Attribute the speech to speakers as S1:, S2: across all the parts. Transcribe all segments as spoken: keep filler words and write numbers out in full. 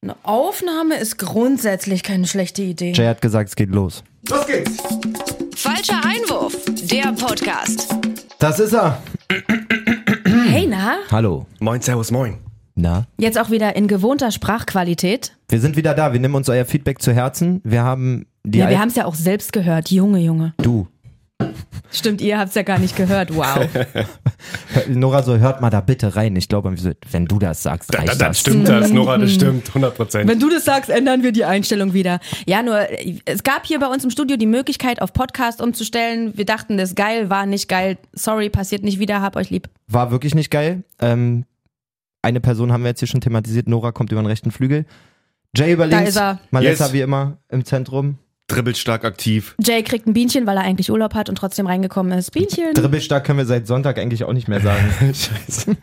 S1: Eine Aufnahme ist grundsätzlich keine schlechte Idee.
S2: Jay hat gesagt, es geht los.
S3: Los geht's!
S4: Falscher Einwurf, der Podcast.
S2: Das ist er.
S1: Hey, na?
S2: Hallo.
S3: Moin, servus, moin.
S2: Na?
S1: Jetzt auch wieder in gewohnter Sprachqualität.
S2: Wir sind wieder da. Wir nehmen uns euer Feedback zu Herzen. Wir haben die
S1: Ja, wir
S2: Al-
S1: haben es ja auch selbst gehört. Junge, Junge.
S2: Du.
S1: Stimmt, ihr habt es ja gar nicht gehört. Wow.
S2: Nora so, hört mal da bitte rein. Ich glaube, wenn du das sagst,
S3: Da,
S2: reicht
S3: da, dann
S2: das.
S3: stimmt das, Nora, das stimmt, hundert Prozent.
S1: Wenn du das sagst, ändern wir die Einstellung wieder. Ja, nur, es gab hier bei uns im Studio die Möglichkeit, auf Podcast umzustellen. Wir dachten, das ist geil, war nicht geil. Sorry, passiert nicht wieder, hab euch lieb.
S2: War wirklich nicht geil. Ähm, eine Person haben wir jetzt hier schon thematisiert. Nora kommt über den rechten Flügel. Jay über
S1: Da
S2: links.
S1: ist er.
S2: Malessa
S3: Yes.
S2: wie immer im Zentrum.
S3: Dribbelstark aktiv.
S1: Jay kriegt ein Bienchen, weil er eigentlich Urlaub hat und trotzdem reingekommen ist. Bienchen.
S2: Dribbelstark können wir seit Sonntag eigentlich auch nicht mehr sagen.
S3: Scheiße.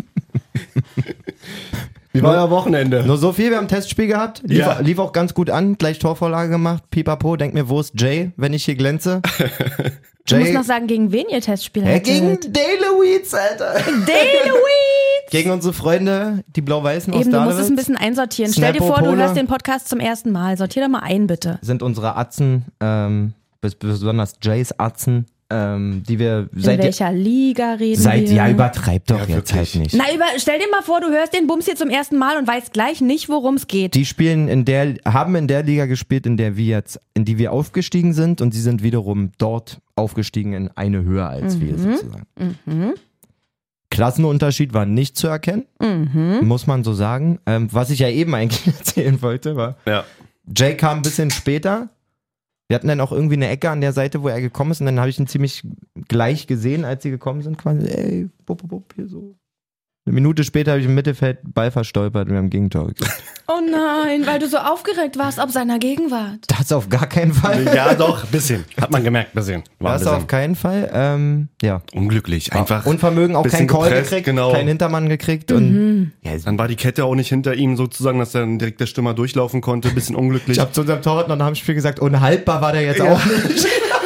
S3: Wie war euer Wochenende?
S2: Nur so viel, wir haben ein Testspiel gehabt. Lief,
S3: Ja.
S2: lief auch ganz gut an. Gleich Torvorlage gemacht. Pipapo, denk mir, wo ist Jay, wenn ich hier glänze?
S1: Du musst noch sagen, gegen wen ihr Testspiel
S2: Hä,
S1: hattet.
S2: gegen Daleweeds, Alter.
S1: Daleweed!
S2: Gegen unsere Freunde, die Blau-Weißen aus
S1: Eben, du musst
S2: Dahlewitz.
S1: es ein bisschen einsortieren. Stell dir vor, du
S2: Snapopole.
S1: hörst den Podcast zum ersten Mal. Sortier da mal ein, bitte.
S2: Sind unsere Atzen, ähm, bes- besonders Jays Atzen, ähm, die wir
S1: In
S2: seit,
S1: welcher Liga reden
S2: seit
S1: wir?
S2: ja übertreibt doch
S3: Ja,
S2: jetzt
S3: wirklich.
S2: halt nicht.
S1: Na, über, stell dir mal vor, du hörst den Bums hier zum ersten Mal und weißt gleich nicht, worum es geht.
S2: Die spielen in der, haben in der Liga gespielt, in der wir jetzt, in die wir aufgestiegen sind, und sie sind wiederum dort aufgestiegen in eine höher als wir sozusagen.
S1: Mhm.
S2: Klassenunterschied war nicht zu erkennen,
S1: Mhm.
S2: muss man so sagen. Ähm, was ich ja eben eigentlich erzählen wollte, war,
S3: Ja.
S2: Jay kam ein bisschen später. Wir hatten dann auch irgendwie eine Ecke an der Seite, wo er gekommen ist, und dann habe ich ihn ziemlich gleich gesehen, als sie gekommen sind, quasi, ey, bup, bup, bup, hier so. Eine Minute später habe ich im Mittelfeld Ball verstolpert und wir haben Gegentor gekriegt.
S1: Oh nein, weil du so aufgeregt warst ob seiner Gegenwart.
S2: Das auf gar keinen Fall.
S3: Ja, doch, bisschen. Hat man gemerkt, bisschen. War ein
S2: Das auf
S3: bisschen
S2: keinen Fall. Ähm, ja.
S3: unglücklich. Einfach.
S2: Unvermögen, auch
S3: bisschen
S2: keinen Call
S3: gepresst,
S2: gekriegt,
S3: genau.
S2: keinen Hintermann gekriegt. Und ja,
S3: Dann war die Kette auch nicht hinter ihm sozusagen, dass dann direkt der Stürmer durchlaufen konnte. Bisschen unglücklich.
S2: ich habe zu unserem Torwart noch nach dem Spiel gesagt, unhaltbar war der jetzt
S3: Ja.
S2: auch nicht.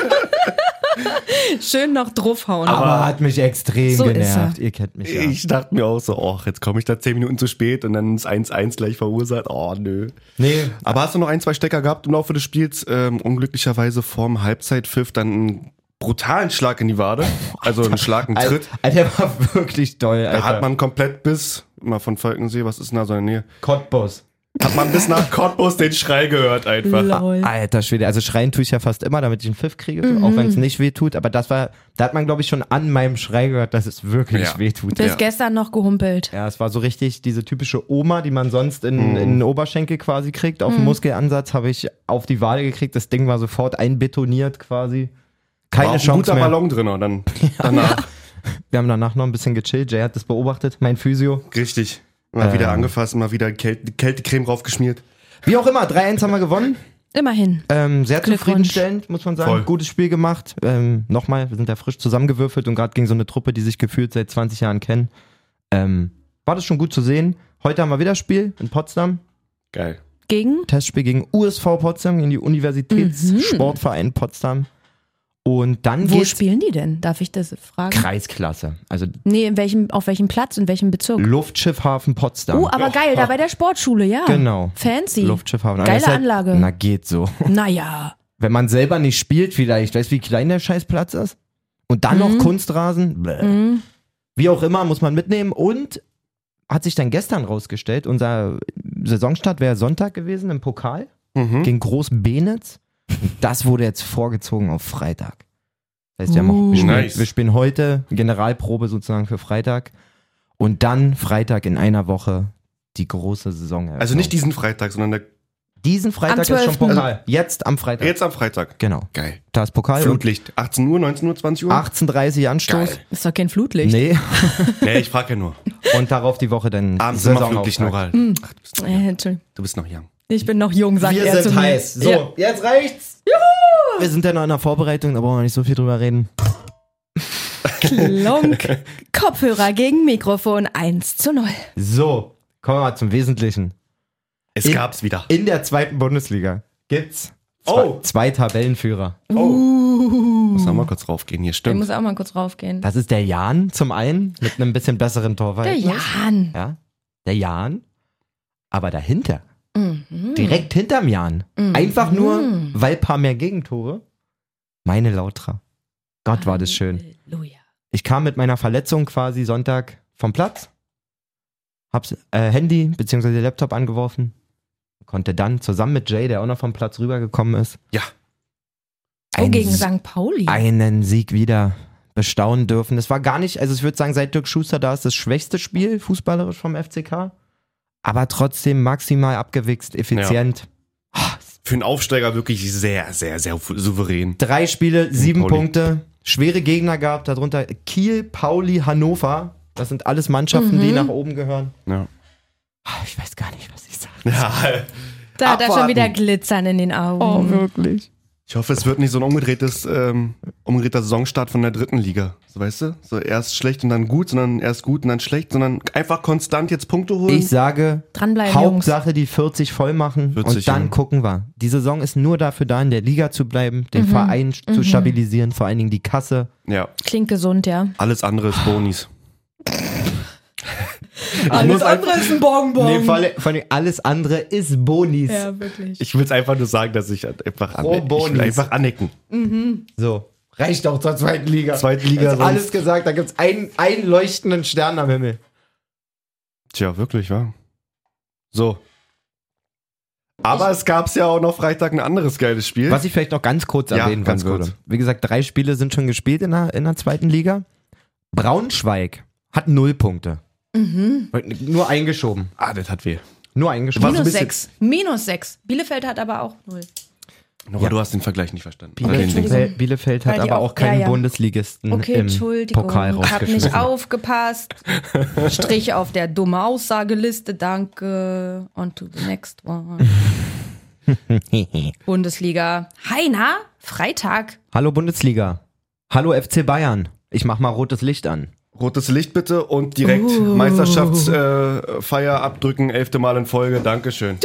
S1: Schön noch draufhauen.
S2: Aber hat mich extrem
S1: So ist
S2: genervt. Ihr kennt mich ja.
S3: Ich dachte mir auch so, oh, jetzt komme ich da zehn Minuten zu spät und dann ist eins eins gleich verursacht. Oh, nö.
S2: Nee,
S3: Aber hast du noch ein, zwei Stecker gehabt im Laufe des Spiels? Ähm, unglücklicherweise vorm Halbzeitpfiff dann einen brutalen Schlag in die Wade. Also einen Schlag, einen Tritt.
S2: Alter, der war wirklich doll, Alter.
S3: Da hat man komplett bis, mal von Falkensee, was ist denn da so in der Nähe?
S2: Cottbus.
S3: Hat man bis nach Cottbus den Schrei gehört einfach.
S1: Lol.
S2: Alter Schwede, also schreien tue ich ja fast immer, damit ich einen Pfiff kriege,
S1: Mhm.
S2: auch wenn es nicht weh tut. Aber das war, da hat man, glaube ich, schon an meinem Schrei gehört, dass es wirklich
S3: Ja.
S2: weh tut.
S1: Bis
S3: Ja.
S1: gestern noch gehumpelt.
S2: Ja, es war so richtig diese typische Oma, die man sonst in,
S3: Mhm.
S2: in den Oberschenkel quasi kriegt. Auf dem Muskelansatz habe ich auf die Wade gekriegt. Das Ding war sofort einbetoniert quasi. Keine
S3: War auch ein
S2: Chance
S3: guter
S2: mehr.
S3: Ballon drin und dann danach.
S2: Wir haben danach noch ein bisschen gechillt. Jay hat das beobachtet, mein Physio.
S3: Richtig. Immer
S2: Ähm.
S3: wieder angefasst, immer wieder Kälte, Kältecreme draufgeschmiert.
S2: Wie auch immer, drei eins haben wir gewonnen.
S1: Immerhin.
S2: Ähm, sehr
S1: Glückwunsch.
S2: zufriedenstellend, muss man sagen.
S3: Voll.
S2: Gutes Spiel gemacht. Ähm, Nochmal, wir sind ja frisch zusammengewürfelt und gerade gegen so eine Truppe, die sich gefühlt seit zwanzig Jahren kennen. Ähm, war das schon gut zu sehen. Heute haben wir wieder Spiel in Potsdam.
S3: Geil.
S1: Gegen?
S2: Testspiel gegen U S V Potsdam, gegen die Universitätssportverein Potsdam. Und dann
S1: Wo
S2: geht's
S1: spielen die denn? Darf ich das fragen?
S2: Kreisklasse. Also
S1: Nee, in welchem, auf welchem Platz, in welchem Bezirk?
S2: Luftschiffhafen Potsdam.
S1: Oh, aber geil, da bei der Sportschule, ja.
S2: Genau.
S1: Fancy.
S2: Luftschiffhafen. Aber
S1: Geile
S2: das ist halt-
S1: Anlage.
S2: Na, geht so.
S1: Naja.
S2: Wenn man selber nicht spielt vielleicht, weißt du, wie klein der Scheißplatz ist? Und dann noch Kunstrasen? Bäh.
S1: Mhm.
S2: Wie auch immer, muss man mitnehmen. Und hat sich dann gestern rausgestellt, unser Saisonstart wäre Sonntag gewesen im Pokal
S3: Mhm.
S2: gegen Groß Benitz. Und das wurde jetzt vorgezogen auf Freitag. Das heißt, wir, haben auch,
S1: Uh.
S2: wir, spielen,
S3: Nice.
S2: wir spielen heute Generalprobe sozusagen für Freitag. Und dann Freitag in einer Woche die große Saison.
S3: Also nicht diesen Freitag, sondern der,
S2: diesen Freitag
S1: Am
S2: ist schon
S1: zwölften
S2: Pokal. Jetzt am Freitag.
S3: jetzt am Freitag.
S2: Genau.
S3: Geil.
S2: Da ist Pokal. und
S3: Flutlicht. achtzehn Uhr, neunzehn Uhr, zwanzig Uhr?
S2: achtzehn Uhr dreißig Anstoß.
S3: Geil.
S1: Ist doch kein Flutlicht.
S2: Nee.
S3: Nee, ich frage ja nur.
S2: Und darauf die Woche dann
S3: Abends immer
S2: Saisonauftakt.
S3: Flutlicht, Nora.
S1: Mhm.
S3: Ach, du bist, noch,
S1: Äh, Entschuldigung.
S3: du bist noch young.
S1: Ich bin noch jung, sagt
S2: Wir
S1: er zu
S2: sind
S1: mir.
S2: heiß. So,
S1: Ja.
S2: jetzt reicht's. Juhu! Wir sind ja noch in der Vorbereitung, da brauchen wir nicht so viel drüber reden.
S1: Klonk. Kopfhörer gegen Mikrofon eins zu null.
S2: So, kommen wir mal zum Wesentlichen.
S3: Es
S2: In-
S3: gab's wieder.
S2: In der zweiten Bundesliga gibt's zwei,
S3: Oh.
S2: zwei Tabellenführer.
S3: Muss da mal kurz raufgehen hier,
S1: Ich
S3: stimmt.
S1: muss auch mal kurz raufgehen.
S2: Das ist der Jan zum einen mit einem bisschen besseren
S1: Der
S2: Torverhältnis.
S1: Jan.
S2: Ja, der Jan. Aber dahinter
S1: Mhm.
S2: Direkt hinterm Jan.
S1: Mhm.
S2: Einfach nur, weil paar mehr Gegentore. Meine Lautra. Gott, war das schön.
S1: Halleluja.
S2: Ich kam mit meiner Verletzung quasi Sonntag vom Platz, hab's äh, Handy bzw. Laptop angeworfen, konnte dann zusammen mit Jay, der auch noch vom Platz rübergekommen ist,
S3: Ja.
S1: Oh,
S2: einen,
S1: gegen Sankt Pauli.
S2: einen Sieg wieder bestaunen dürfen. Das war gar nicht, also ich würde sagen, seit Dirk Schuster da ist das schwächste Spiel fußballerisch vom F C K, aber trotzdem maximal abgewichst, effizient.
S3: Für einen Aufsteiger wirklich sehr, sehr, sehr souverän.
S2: Drei Spiele, sieben
S3: Pauli.
S2: Punkte, schwere Gegner gehabt, darunter Kiel, Pauli, Hannover. Das sind alles Mannschaften, die nach oben gehören.
S3: Ja.
S2: Ich weiß gar nicht, was ich sage.
S3: Ja.
S1: Da hat er schon
S2: abwarten.
S1: wieder Glitzern in den Augen.
S2: wirklich?
S3: Ich hoffe, es wird nicht so ein umgedrehtes, ähm, umgedrehter Saisonstart von der dritten Liga. So, weißt du? So erst schlecht und dann gut, sondern erst gut und dann schlecht, sondern einfach konstant jetzt Punkte holen.
S2: Ich sage,
S1: Dranbleiben,
S2: Hauptsache die vierzig voll machen
S3: vierzig,
S2: und dann
S3: ja.
S2: gucken wir. Die Saison ist nur dafür da, in der Liga zu bleiben, den Verein zu stabilisieren, vor allen Dingen die Kasse.
S3: Ja,
S1: Klingt gesund, ja.
S3: alles andere ist Bonis.
S1: Alles andere ist ein Bonbon.
S2: Nee, vor allem, vor allem alles andere ist Bonis.
S1: Ja, wirklich.
S3: Ich will es einfach nur sagen, dass ich einfach,
S2: Pro
S3: ane- ich will
S2: Bonis.
S3: einfach anecken.
S2: So, reicht auch zur zweiten Liga.
S3: Zweite Liga,
S2: Das ist
S3: sonst-
S2: alles gesagt, da gibt es einen, einen leuchtenden Stern am Himmel.
S3: Tja, wirklich, wa? So. Aber es gab ja auch noch Freitag ein anderes geiles Spiel.
S2: Was ich vielleicht noch ganz kurz
S3: Ja,
S2: erwähnen
S3: ganz
S2: würde.
S3: kurz.
S2: Wie gesagt, drei Spiele sind schon gespielt in der, in der zweiten Liga. Braunschweig hat null Punkte. Nur eingeschoben.
S3: Ah, das hat weh.
S2: Nur eingeschoben.
S1: Minus
S3: ein bisschen-
S1: sechs. Minus sechs. Bielefeld hat aber auch null.
S3: Nora,
S2: Ja.
S3: du hast den Vergleich nicht verstanden.
S2: Bielefeld,
S3: Oder den Dings.
S1: Entschuldigung.
S2: Bielefeld hat
S1: Weil die
S2: aber
S1: auch-
S2: auch keinen
S1: ja, ja.
S2: Bundesligisten
S1: Okay,
S2: im
S1: Entschuldigung.
S2: Pokal
S1: Hab nicht
S2: rausgeschmissen.
S1: aufgepasst. Strich auf der dumme Aussageliste. Danke. On to the next one. Bundesliga. Heiner, Freitag.
S2: Hallo Bundesliga. Hallo F C Bayern. Ich mach mal rotes Licht an.
S3: Rotes Licht bitte und direkt
S1: Uh.
S3: Meisterschaftsfeier äh, Feier abdrücken, elfte Mal in Folge. Dankeschön.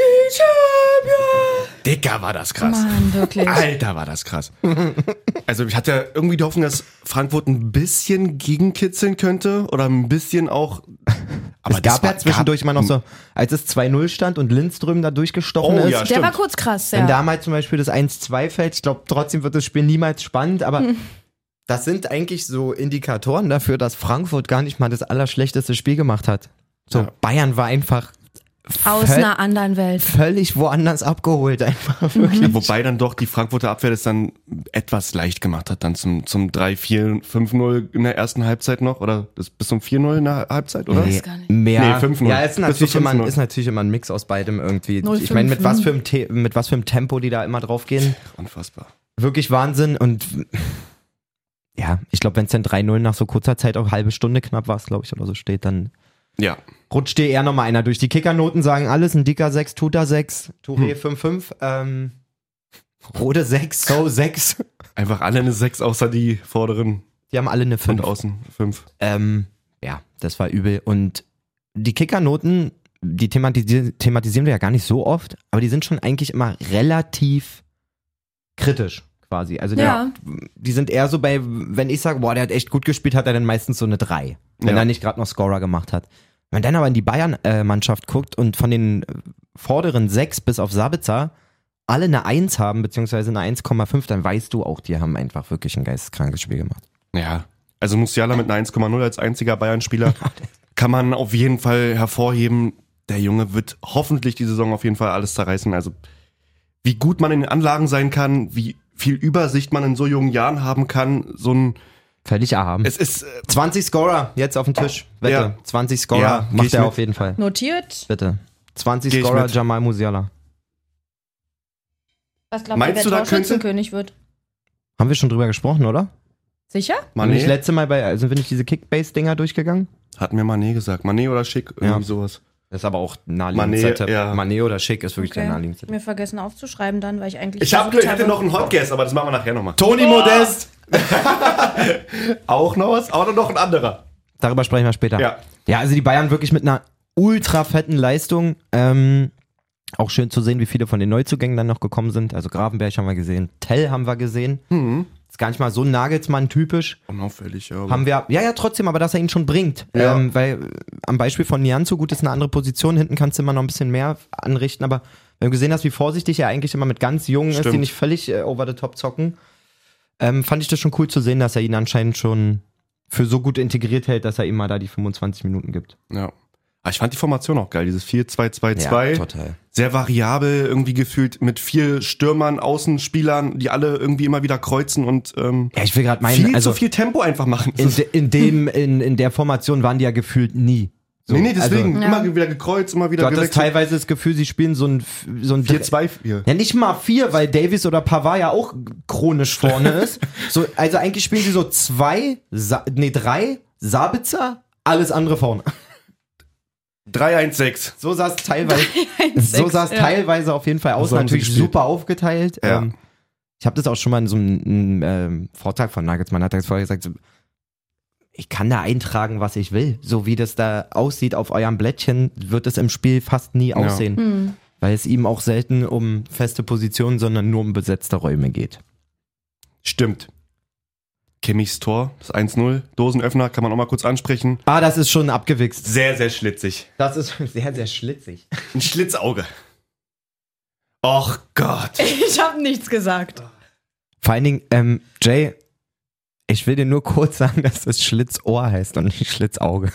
S3: Dicker war das krass.
S1: Mann, wirklich.
S3: Alter, war das krass. Also ich hatte ja irgendwie die Hoffnung, dass Frankfurt ein bisschen gegenkitzeln könnte oder ein bisschen auch. Aber
S2: es
S3: das
S2: gab
S3: war-
S2: ja zwischendurch mal noch so, als es zwei null stand und Lindström da durchgestochen
S3: Oh,
S2: ist.
S3: ja,
S1: Der
S3: stimmt.
S1: war kurz krass,
S2: Wenn
S1: ja.
S2: da mal zum Beispiel das eins zwei fällt, ich glaube, trotzdem wird das Spiel niemals spannend, aber das sind eigentlich so Indikatoren dafür, dass Frankfurt gar nicht mal das allerschlechteste Spiel gemacht hat. So,
S3: Ja.
S2: Bayern war einfach
S1: Aus
S2: völ-
S1: einer anderen Welt.
S2: völlig woanders abgeholt, einfach wirklich.
S3: Ja, wobei dann doch die Frankfurter Abwehr das dann etwas leicht gemacht hat, dann zum, zum drei vier, fünf null in der ersten Halbzeit noch, oder das bis zum vier null in der Halbzeit, oder?
S2: Nee,
S1: gar nicht.
S2: mehr.
S3: Nee, fünf null.
S2: Ja, ist
S3: Bis
S2: natürlich,
S3: zu
S2: immer,
S3: fünf null.
S2: ist natürlich immer ein Mix aus beidem irgendwie.
S1: null
S2: Ich meine, mit
S1: fünf,
S2: was
S1: ne?
S2: für einem Te- mit was für einem Tempo die da immer drauf gehen.
S3: Unfassbar.
S2: Wirklich Wahnsinn und ja, ich glaube, wenn es dann drei null nach so kurzer Zeit auch halbe Stunde knapp war es, glaube ich, oder so steht, dann
S3: Ja.
S2: rutscht dir eher nochmal einer durch. Die Kickernoten sagen alles, ein dicker sechs, Tuta sechs, Touré
S3: Hm.
S2: fünf fünf, ähm, Rode sechs, So sechs.
S3: Einfach alle eine sechs, außer die vorderen
S2: Die haben alle eine
S3: und
S2: fünf.
S3: außen fünf.
S2: Ähm, ja, das war übel. Und die Kickernoten, die thematisi- thematisieren wir ja gar nicht so oft, aber die sind schon eigentlich immer relativ kritisch quasi. Also der,
S1: Ja.
S2: die sind eher so bei, wenn ich sage, boah, der hat echt gut gespielt, hat er dann meistens so eine drei, wenn
S3: Ja.
S2: er nicht gerade noch Scorer gemacht hat. Wenn man dann aber in die Bayern-Mannschaft guckt und von den vorderen sechs bis auf Sabitzer alle eine eins haben, beziehungsweise eine eins Komma fünf, dann weißt du auch, die haben einfach wirklich ein geisteskrankes Spiel gemacht.
S3: Ja. Also Musiala mit einer eins Komma null als einziger Bayern-Spieler kann man auf jeden Fall hervorheben. Der Junge wird hoffentlich die Saison auf jeden Fall alles zerreißen. Also wie gut man in den Anlagen sein kann, wie viel Übersicht man in so jungen Jahren haben kann, so ein,
S2: Völlig erhaben.
S3: es ist, äh,
S2: zwanzig Scorer jetzt auf dem Tisch. Wette.
S3: Ja.
S2: zwanzig Scorer
S3: Ja, geh
S2: macht
S3: ich
S2: er
S3: mit.
S2: auf jeden Fall.
S1: Notiert.
S2: Bitte. zwanzig
S3: Geh ich
S2: Scorer
S3: mit.
S2: Jamal Musiala.
S1: Was glaubt ihr,
S3: Meinst
S1: wer
S3: du, da könnte-
S1: Torschützenkönig wird?
S2: Haben wir schon drüber gesprochen, oder?
S1: Sicher?
S2: Bin ich
S3: Mané,
S2: letzte Mal bei, also bin ich diese Kickbase-Dinger durchgegangen?
S3: hat mir Mané gesagt. Mané oder Schick, irgendwie
S2: Ja.
S3: sowas.
S2: Das ist aber auch naheliegendster
S3: Mané,
S2: Tipp.
S3: ja.
S2: Mané oder Schick ist wirklich der
S1: Okay.
S2: naheliegendste Tipp.
S1: Mir vergessen aufzuschreiben dann, weil ich eigentlich.
S3: Ich, hab,
S1: versucht
S3: ich hätte
S1: habe-
S3: noch einen Hotguess, aber das machen wir nachher nochmal.
S2: Toni Modest!
S3: Auch noch was? Auch noch ein anderer.
S2: Darüber sprechen wir später.
S3: Ja.
S2: Ja, also die Bayern wirklich mit einer ultra fetten Leistung. Ähm, Auch schön zu sehen, wie viele von den Neuzugängen dann noch gekommen sind. Also Gravenberg haben wir gesehen, Tell haben wir gesehen.
S3: Mhm.
S2: Ist gar nicht mal so Nagelsmann-typisch.
S3: Unauffällig, ja.
S2: Haben wir, ja, ja, trotzdem, aber dass er ihn schon bringt.
S3: Ja.
S2: Ähm, weil äh, am Beispiel von Nianzou, gut, ist eine andere Position, hinten kannst du immer noch ein bisschen mehr anrichten, aber wenn du gesehen hast, wie vorsichtig er eigentlich immer mit ganz Jungen ist,
S3: Stimmt.
S2: die nicht völlig äh, over the top zocken, ähm, fand ich das schon cool zu sehen, dass er ihn anscheinend schon für so gut integriert hält, dass er ihm mal da die fünfundzwanzig Minuten gibt.
S3: Ja. Aber ich fand die Formation auch geil, dieses vier zwei zwei zwei.
S2: Ja, total.
S3: Sehr variabel, irgendwie gefühlt mit vier Stürmern, Außenspielern, die alle irgendwie immer wieder kreuzen und ähm,
S2: Ja, ich will gerade meinen,
S3: viel
S2: also
S3: zu viel Tempo einfach machen.
S2: in, de, in, dem, in, in der Formation waren die ja gefühlt nie. So,
S3: nee, nee, deswegen.
S2: Also,
S1: Ja.
S3: Immer wieder gekreuzt, immer wieder
S2: du hattest
S3: gewechselt.
S2: teilweise das Gefühl, sie spielen so ein, so ein
S3: vier zwei vier.
S2: Ja, nicht mal vier, weil Davies oder Pavard ja auch chronisch vorne ist. So, also eigentlich spielen sie so zwei, Sa- nee, drei, Sabitzer, alles andere vorne.
S3: drei eins sechs.
S2: So sah es teilweise, so sah es
S1: ja.
S2: teilweise auf jeden Fall aus.
S3: So haben sie
S2: Natürlich
S3: gespielt.
S2: super aufgeteilt.
S3: Ja.
S2: Ähm, ich habe das auch schon mal in so einem, einem ähm, Vortrag von Nagelsmann, hat er das vorher gesagt, so, ich kann da eintragen, was ich will. So wie das da aussieht auf eurem Blättchen, wird es im Spiel fast nie aussehen.
S1: Hm.
S2: Weil es ihm auch selten um feste Positionen, sondern nur um besetzte Räume geht.
S3: Stimmt. Kimmichs Tor, das eins null. Dosenöffner, kann man auch mal kurz ansprechen.
S2: Ah, das ist schon abgewichst.
S3: Sehr, sehr schlitzig.
S2: Das ist sehr, sehr schlitzig.
S3: Ein Schlitzauge. Och Gott.
S1: Ich habe nichts gesagt.
S2: Vor allen Dingen, ähm, Jay, ich will dir nur kurz sagen, dass das Schlitzohr heißt und nicht Schlitzauge.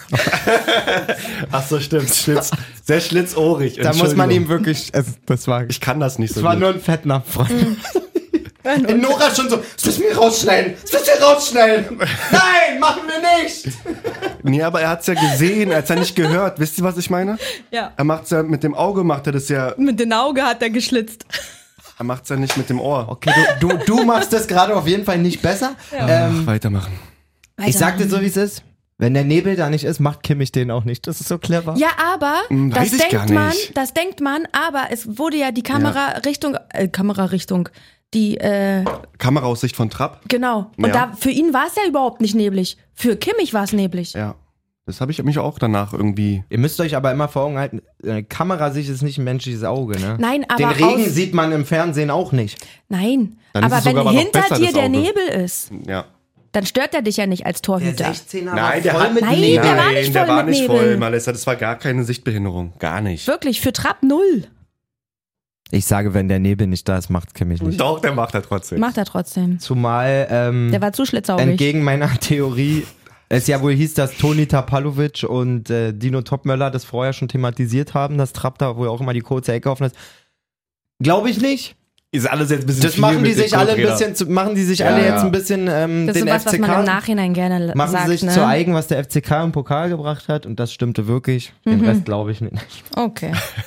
S3: Ach so, stimmt. Schlitz, sehr schlitzohrig.
S2: Da muss man ihm
S3: Entschuldigung.
S2: wirklich, es, das war,
S3: Ich kann das nicht so
S2: das war
S3: gut.
S2: nur ein Fettnapf, Freunde. In Nora schon so, das müssen wir rausschneiden, das müssen wir rausschneiden. Nein, machen wir nicht.
S3: Nee, aber er hat's ja gesehen, er hat's ja nicht gehört. Wisst ihr, was ich meine?
S1: Ja.
S3: Er macht's ja mit dem Auge, macht er das ja,
S1: Mit dem Auge hat er geschlitzt.
S3: er macht's ja nicht mit dem Ohr.
S2: Okay, du, du, du machst das gerade auf jeden Fall nicht besser. Ähm,
S3: Weitermachen.
S2: ich sag dir so, wie es ist. Wenn der Nebel da nicht ist, macht Kimmich den auch nicht. Das ist so clever.
S1: Ja, aber
S3: Hm,
S1: das
S3: weiß ich gar
S1: denkt man,
S3: nicht.
S1: das denkt man, aber es wurde ja die Kamerarichtung, äh, Kamerarichtung, die, äh,
S3: Kameraaussicht von Trapp.
S1: genau. Und
S3: Ja.
S1: da, für ihn war es ja überhaupt nicht neblig. Für Kimmich war es neblig.
S3: Ja. Das habe ich mich auch danach irgendwie.
S2: Ihr müsst euch aber immer vor Augen halten, eine Kamerasicht ist nicht ein menschliches Auge, ne?
S1: Nein, aber
S2: Den Regen
S1: aus-
S2: sieht man im Fernsehen auch nicht.
S1: Nein,
S3: Dann ist
S1: aber
S3: es
S1: wenn
S3: sogar aber noch
S1: hinter
S3: besser,
S1: dir
S3: das
S1: der
S3: Auge.
S1: Nebel ist,
S3: Ja.
S1: dann stört er dich ja nicht als Torhüter.
S2: sechzehner
S3: Nein, der hat
S1: Nein,
S2: Nebel.
S1: der war nicht
S3: der
S1: voll
S3: war
S1: mit
S3: nicht
S1: Nebel.
S3: voll, Malessa. Das war gar keine Sichtbehinderung. Gar nicht.
S1: Wirklich, für Trapp null.
S2: Ich sage, wenn der Nebel nicht da ist, macht Kimmich nicht.
S3: Doch, der macht er trotzdem.
S1: Macht er trotzdem.
S2: Zumal ähm,
S1: Der war zu schlitzaugig.
S2: entgegen meiner Theorie es ja wohl hieß, dass Toni Tapalovic und äh, Dino Topmöller das vorher schon thematisiert haben, dass Trapp da wohl auch immer die kurze Ecke offen ist. Glaube ich nicht.
S3: Ist alles jetzt ein bisschen
S2: Das
S3: viel
S2: machen die
S3: mit dem
S2: sich alle ein
S3: Co-Trainer.
S2: bisschen, zu, machen die sich
S3: Ja,
S2: alle
S3: ja.
S2: jetzt ein bisschen ähm,
S1: das ist
S2: den
S1: sowas,
S2: F
S1: was
S2: C
S1: man im
S2: K
S1: Nachhinein gerne
S2: machen
S1: sagt.
S2: sich
S1: ne?
S2: zu eigen, was der F C K im Pokal gebracht hat und das stimmte wirklich. Den
S1: Mhm.
S2: Rest glaube ich nicht.
S1: Okay.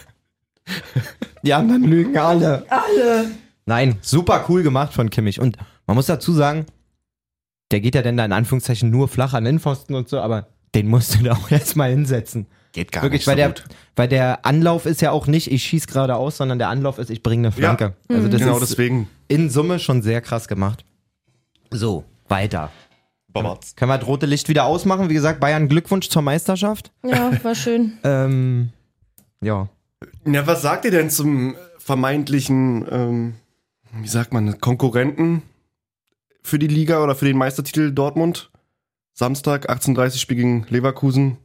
S2: Die anderen lügen alle. Alle. Nein, super cool gemacht von Kimmich. Und man muss dazu sagen, der geht ja dann da in Anführungszeichen nur flach an den Innenpfosten und so, aber den musst du da auch erstmal hinsetzen.
S3: Geht gar
S2: Wirklich,
S3: nicht
S2: weil,
S3: so
S2: der,
S3: gut.
S2: weil der Anlauf ist ja auch nicht, ich schieß geradeaus, sondern der Anlauf ist, ich bringe eine Flanke. Also das
S3: Genau
S2: ist
S3: deswegen.
S2: in Summe schon sehr krass gemacht. So, weiter.
S3: Babatz.
S2: Können wir das rote Licht wieder ausmachen? Wie gesagt, Bayern Glückwunsch zur Meisterschaft.
S1: Ja, war schön.
S2: Ähm, ja.
S3: Ja, was sagt ihr denn zum vermeintlichen, ähm, wie sagt man, Konkurrenten für die Liga oder für den Meistertitel Dortmund? Samstag, achtzehn Uhr dreißig Spiel gegen Leverkusen.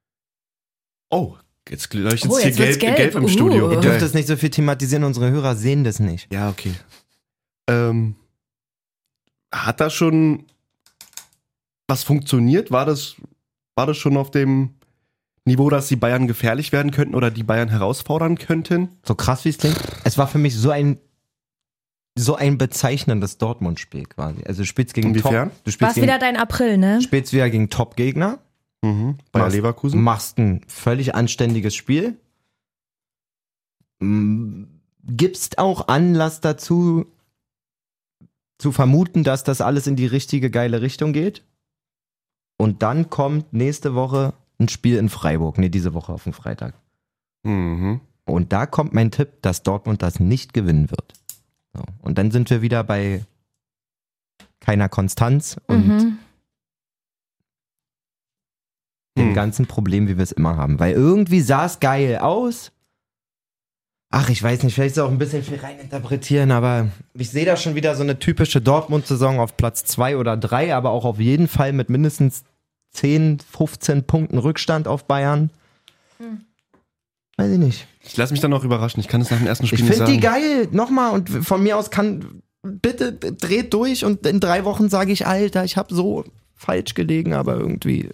S3: Oh, jetzt leuchtet
S1: Oh,
S3: es hier
S1: jetzt wird's
S3: gelb,
S1: gelb.
S3: gelb im
S1: Uh.
S3: Studio.
S2: Ihr
S1: Ihr
S2: dürft es nicht so viel thematisieren, unsere Hörer sehen das nicht.
S3: Ja, okay. Ähm, hat da schon was funktioniert? War das, war das schon auf dem Niveau, dass die Bayern gefährlich werden könnten oder die Bayern herausfordern könnten?
S2: So krass wie es klingt. Es war für mich so ein so ein bezeichnendes Dortmund-Spiel quasi. Also du spielst gegen
S3: Inwiefern?
S2: Top, du
S1: War
S2: spielst,
S1: es
S2: gegen,
S1: wieder dein April, ne?
S2: spielst wieder gegen Top-Gegner,
S3: Mhm. Bayer
S2: Machst-
S3: Leverkusen?
S2: machst ein völlig anständiges Spiel, m, gibst auch Anlass dazu zu vermuten, dass das alles in die richtige geile Richtung geht. Und dann kommt nächste Woche ein Spiel in Freiburg. Nee, diese Woche auf den Freitag.
S3: Mhm.
S2: Und da kommt mein Tipp, dass Dortmund das nicht gewinnen wird. So. Und dann sind wir wieder bei keiner Konstanz und
S1: Mhm.
S2: dem
S3: Hm.
S2: ganzen Problem, wie wir es immer haben. Weil irgendwie sah es geil aus, ach, ich weiß nicht, vielleicht ist es auch ein bisschen viel reininterpretieren, aber ich sehe da schon wieder so eine typische Dortmund-Saison auf Platz zwei oder drei, aber auch auf jeden Fall mit mindestens zehn, fünfzehn Punkten Rückstand auf Bayern. Hm. Weiß ich nicht.
S3: Ich lasse mich dann noch überraschen. Ich kann es nach dem ersten Spiel
S2: ich
S3: nicht sagen.
S2: Ich finde die geil. Nochmal. Und von mir aus kann, bitte dreht durch und in drei Wochen sage ich, Alter, ich habe so falsch gelegen, aber irgendwie...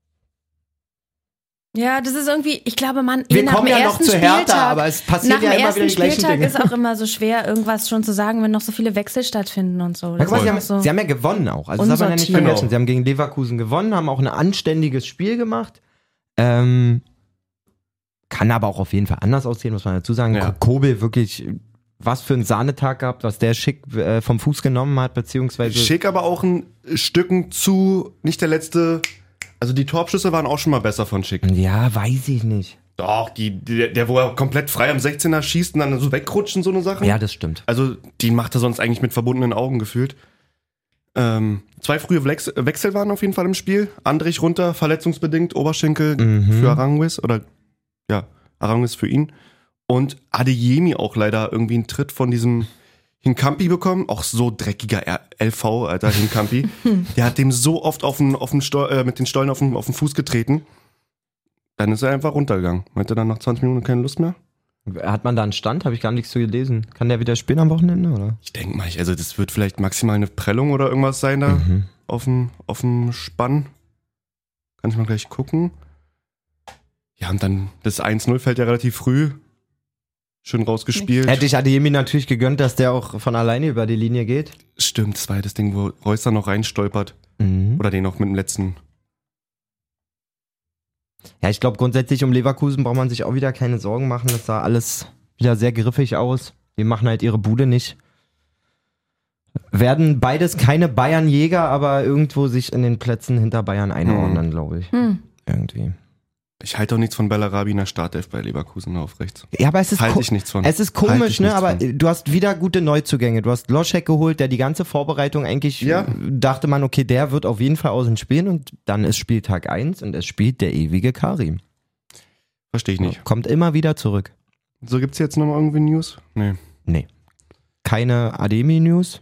S1: Ja, das ist irgendwie, ich glaube, man,
S2: wir
S1: nach
S2: kommen
S1: dem
S2: ja
S1: ersten
S2: noch zu
S1: Spieltag,
S2: Hertha, aber es passiert ja immer wieder die gleichen
S1: Spieltag
S2: Dinge.
S1: ist auch immer so schwer, irgendwas schon zu sagen, wenn noch so viele Wechsel stattfinden und so.
S2: Ja, mal, sie, haben,
S1: so
S2: sie haben ja gewonnen auch. Also das darf man ja nicht vergessen. Genau. Sie haben gegen Leverkusen gewonnen, haben auch ein anständiges Spiel gemacht. Ähm, kann aber auch auf jeden Fall anders aussehen, muss man dazu sagen. Ja. Kobel wirklich, was für einen Sahnetag gehabt, was der Schick äh, vom Fuß genommen hat, beziehungsweise...
S3: Schick aber auch ein Stücken zu, nicht der letzte... Also die Torabschüsse waren auch schon mal besser von Schick.
S2: Ja, weiß ich nicht.
S3: Doch, die, der, der wo er komplett frei am sechzehner schießt und dann so wegrutscht und so eine Sache.
S2: Ja, das stimmt.
S3: Also die macht er sonst eigentlich mit verbundenen Augen gefühlt. Ähm, zwei frühe Wechsel, Wechsel waren auf jeden Fall im Spiel. Andrich runter, verletzungsbedingt, Oberschenkel mhm. für Aranguiz oder ja, Aranguiz für ihn. Und Adeyemi auch leider irgendwie einen Tritt von diesem Hinkampi bekommen, auch so dreckiger L V, Alter, Hinkampi. Der hat dem so oft auf den, auf den Stol, äh, mit den Stollen auf den, auf den Fuß getreten. Dann ist er einfach runtergegangen. Meinte dann nach zwanzig Minuten keine Lust mehr.
S2: Hat man da einen Stand? Habe ich gar nichts zu gelesen. Kann der wieder spielen am Wochenende, oder?
S3: Ich denke mal, also das wird vielleicht maximal eine Prellung oder irgendwas sein da mhm. auf dem, auf dem Spann. Kann ich mal gleich gucken. Ja, und dann das eins null fällt ja relativ früh. Schön rausgespielt.
S2: Hätte ich Adeyemi natürlich gegönnt, dass der auch von alleine über die Linie geht.
S3: Stimmt, das war ja das Ding, wo Reus dann noch reinstolpert.
S2: Mhm.
S3: Oder den noch mit dem letzten.
S2: Ja, ich glaube grundsätzlich um Leverkusen braucht man sich auch wieder keine Sorgen machen. Das sah alles wieder sehr griffig aus. Die machen halt ihre Bude nicht. Werden beides keine Bayern-Jäger, aber irgendwo sich in den Plätzen hinter Bayern einordnen, mhm. glaube ich. Mhm. Irgendwie.
S3: Ich halte auch nichts von Bellarabi in der Startelf bei Leverkusen auf rechts.
S2: Ja, aber es ist,
S3: halte
S2: ko-
S3: ich nichts von.
S2: Es ist komisch, ne? Aber von. Du hast wieder gute Neuzugänge. Du hast Loschek geholt, der die ganze Vorbereitung eigentlich ja. dachte man, okay, der wird auf jeden Fall außen spielen und dann ist Spieltag eins und es spielt der ewige Karim.
S3: Verstehe ich nicht.
S2: Kommt immer wieder zurück.
S3: So, gibt's jetzt nochmal irgendwie News? Nee.
S2: Nee. Keine Adeyemi-News?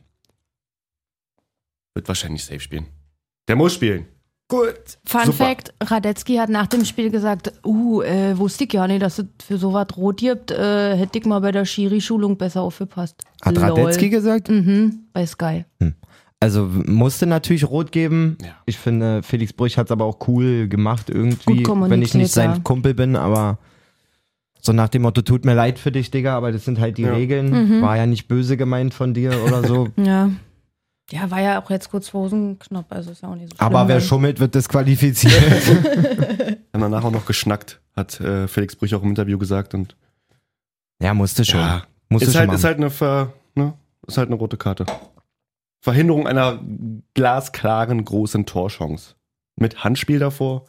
S3: Wird wahrscheinlich safe spielen. Der muss spielen.
S1: Gut. Fun Super. Fact, Radetzky hat nach dem Spiel gesagt, uh, äh, wusste ich ja nicht, dass es für sowas rot gibt, äh, hätte ich mal bei der Schiri-Schulung besser aufgepasst.
S2: Hat Lol. Radetzky gesagt?
S1: Mhm, bei Sky.
S2: Hm. Also musste natürlich rot geben.
S3: Ja.
S2: Ich finde, Felix Brüch hat es aber auch cool gemacht irgendwie, wenn ich nicht sein ja. Kumpel bin, aber so nach dem Motto, tut mir leid für dich, Digga, aber das sind halt die ja. Regeln. Mhm. War ja nicht böse gemeint von dir oder so.
S1: Ja. Ja, war ja auch jetzt kurz vor Hosenknopf, also ist ja auch nicht so schlimm.
S2: Aber wer schummelt, wird disqualifiziert.
S3: Haben danach auch noch geschnackt, hat äh, Felix Brüch auch im Interview gesagt. Und
S2: ja, musste schon. Ja, musste
S3: ist,
S2: schon
S3: halt, ist, halt eine Ver, ne? ist halt eine rote Karte. Verhinderung einer glasklaren großen Torchance. Mit Handspiel davor.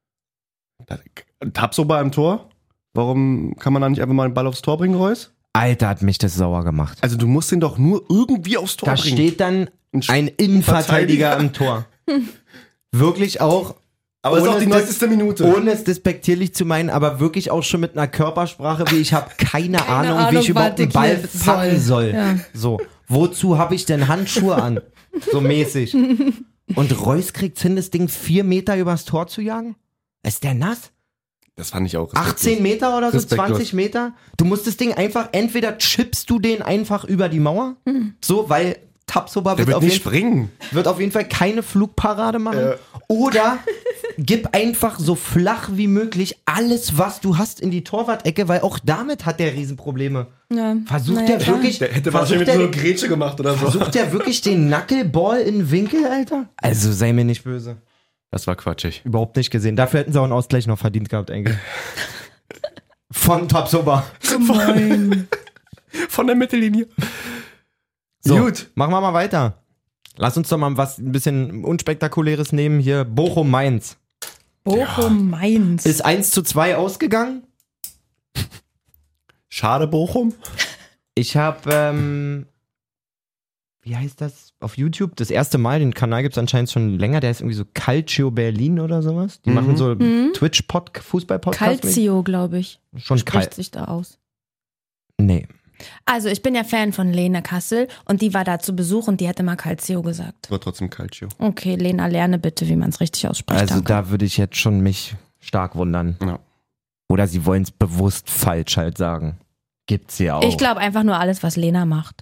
S3: Tapsoba im Tor. Warum kann man da nicht einfach mal einen Ball aufs Tor bringen, Reus?
S2: Alter, hat mich das sauer gemacht.
S3: Also du musst ihn doch nur irgendwie aufs Tor
S2: da
S3: bringen.
S2: Da steht dann ein Innenverteidiger im Tor. Wirklich auch.
S3: Aber es ist auch die neunzigste Minute.
S2: Ohne es despektierlich zu meinen, aber wirklich auch schon mit einer Körpersprache, wie ich habe keine, keine Ahnung, Ahnung, wie ich überhaupt den Ball fangen soll. Ja. So, wozu habe ich denn Handschuhe an? So mäßig. Und Reus kriegt hin, das Ding vier Meter übers Tor zu jagen? Ist der nass?
S3: Das fand ich auch
S2: respektlos. achtzehn Meter oder so, respektlos. zwanzig Meter? Du musst das Ding einfach, entweder chippst du den einfach über die Mauer, mhm. so, weil Tapsoba wird,
S3: wird,
S2: auf
S3: nicht
S2: jeden,
S3: springen.
S2: wird auf jeden Fall keine Flugparade machen. Äh. Oder gib einfach so flach wie möglich alles, was du hast, in die Torwart-Ecke, weil auch damit hat der Riesenprobleme. Ja. Versucht naja, der klar. wirklich...
S3: Der hätte wahrscheinlich mit so eine Grätsche gemacht oder so.
S2: Versucht der wirklich den Knuckleball in den Winkel, Alter? Also sei mir nicht böse.
S3: Das war quatschig.
S2: Überhaupt nicht gesehen. Dafür hätten sie auch einen Ausgleich noch verdient gehabt, eigentlich. Von Tapsoba.
S3: Von, von der Mittellinie.
S2: So, gut. Machen wir mal weiter. Lass uns doch mal was ein bisschen Unspektakuläres nehmen. Hier Bochum-Mainz.
S1: Bochum-Mainz.
S2: Ist eins zu zwei ausgegangen.
S3: Schade, Bochum.
S2: Ich habe, ähm, wie heißt das? Auf YouTube das erste Mal, den Kanal gibt es anscheinend schon länger, der ist irgendwie so Calcio Berlin oder sowas. Die mhm. machen so mhm. Twitch-Fußball-Podcast.
S1: Calcio, glaube ich.
S2: Schon
S1: spricht Kal- sich da aus.
S2: Nee.
S1: Also ich bin ja Fan von Lena Kassel und die war da zu Besuch und die hat immer Calcio gesagt.
S3: War trotzdem Calcio.
S1: Okay, Lena, lerne bitte, wie man es richtig ausspricht.
S2: Also
S1: Danke.
S2: da würde ich jetzt schon mich stark wundern.
S3: Ja.
S2: Oder sie wollen es bewusst falsch halt sagen. Gibt's ja auch.
S1: Ich glaube einfach nur alles, was Lena macht.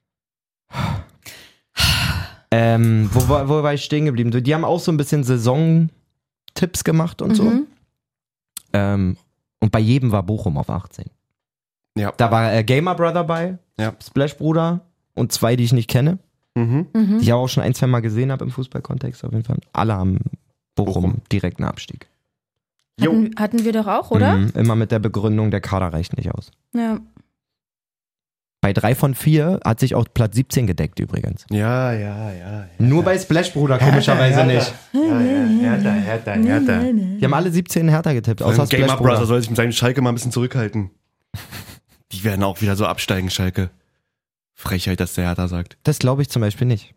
S2: Ähm, wo, war- wo war ich stehen geblieben? Die haben auch so ein bisschen Saisontipps gemacht und so.
S1: Mhm.
S2: Ähm, und bei jedem war Bochum auf achtzehn.
S3: Ja.
S2: Da war äh, Gamer Brother bei,
S3: Ja.
S2: Splash Bruder und zwei, die ich nicht kenne,
S3: Mhm.
S1: Mhm.
S2: die ich aber auch schon ein, zwei Mal gesehen habe im Fußballkontext auf jeden Fall. Alle haben Bochum,
S3: Bochum.
S2: direkten Abstieg.
S3: Jo.
S1: Hatten, hatten wir doch auch, oder?
S2: Mhm, immer mit der Begründung, der Kader reicht nicht aus.
S1: Ja.
S2: Bei drei von vier hat sich auch Platz siebzehn gedeckt übrigens.
S3: Ja, ja, ja. ja.
S2: Nur bei Splash Bruder komischerweise nicht.
S3: Ja, ja, Hertha, Hertha, Hertha.
S2: Die haben alle siebzehn Hertha getippt,
S3: Vor allem
S2: außer Splash
S3: Gamer Brother
S2: Bruder.
S3: soll sich mit seinem Schalke mal ein bisschen zurückhalten. Die werden auch wieder so absteigen, Schalke. Frechheit, dass der Hertha sagt.
S2: Das glaube ich zum Beispiel nicht.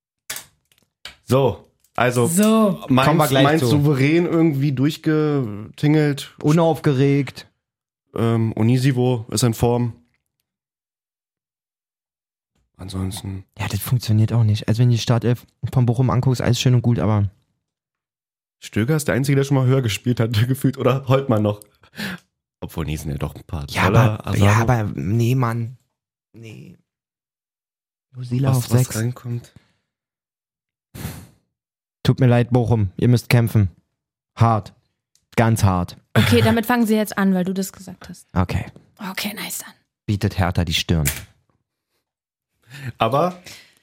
S3: So, also
S1: So.
S2: Kommen wir
S3: Mainz,
S2: gleich
S3: Mainz
S2: zu.
S3: souverän irgendwie durchgetingelt.
S2: Unaufgeregt.
S3: Ähm, Onisivo ist in Form. Ansonsten.
S2: Ja, das funktioniert auch nicht. Also wenn du die Startelf von Bochum anguckst, alles schön und gut, aber
S3: Stöger ist der Einzige, der schon mal höher gespielt hat, gefühlt. Oder Holtmann noch. Obwohl, nee, sind ja doch ein paar.
S2: ja,
S3: Zoller,
S2: aber,
S3: Asano.
S2: ja, aber nee, Mann. Nee. Musila auf
S3: was, was
S2: sechs.
S3: reinkommt.
S2: Tut mir leid, Bochum. Ihr müsst kämpfen. Hart. Ganz hart.
S1: Okay, damit fangen sie jetzt an, weil du das gesagt hast.
S2: Okay.
S1: Okay, nice dann.
S2: Bietet Hertha die Stirn.
S3: Aber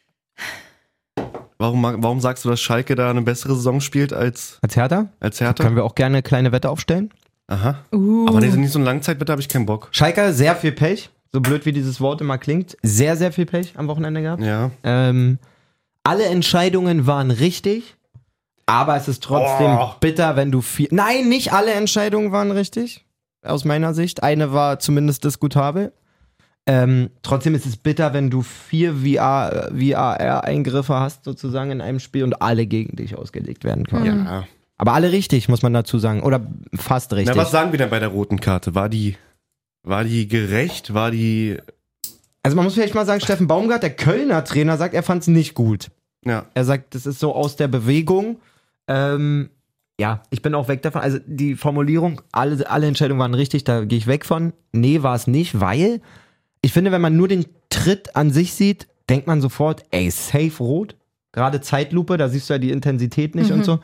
S3: warum, mag- warum sagst du, dass Schalke da eine bessere Saison spielt als,
S2: Als Hertha?
S3: als Hertha?
S2: Können wir auch gerne eine kleine Wette aufstellen?
S3: Aha.
S1: Uh.
S3: Aber die sind nicht so ein Langzeitwette, habe ich keinen Bock.
S2: Schalke, sehr viel Pech. So blöd wie dieses Wort immer klingt. Sehr, sehr viel Pech am Wochenende gehabt.
S3: Ja.
S2: Ähm, alle Entscheidungen waren richtig, aber es ist trotzdem
S3: Oh.
S2: bitter, wenn du vier... Nein, nicht alle Entscheidungen waren richtig, aus meiner Sicht. Eine war zumindest diskutabel. Ähm, trotzdem ist es bitter, wenn du vier V R, V R R-Eingriffe hast, sozusagen in einem Spiel und alle gegen dich ausgelegt werden können.
S3: Ja.
S2: Aber alle richtig, muss man dazu sagen. Oder fast richtig.
S3: Na, was sagen wir denn bei der roten Karte? War die, war die gerecht? War die.
S2: Also man muss vielleicht mal sagen, Steffen Baumgart, der Kölner Trainer, sagt, er fand es nicht gut.
S3: Ja.
S2: Er sagt, das ist so aus der Bewegung. Ähm, ja, ich bin auch weg davon. Also die Formulierung, alle, alle Entscheidungen waren richtig, da gehe ich weg von. Nee, war es nicht, weil ich finde, wenn man nur den Tritt an sich sieht, denkt man sofort, ey, safe rot. Gerade Zeitlupe, da siehst du ja die Intensität nicht
S1: Mhm.
S2: und so.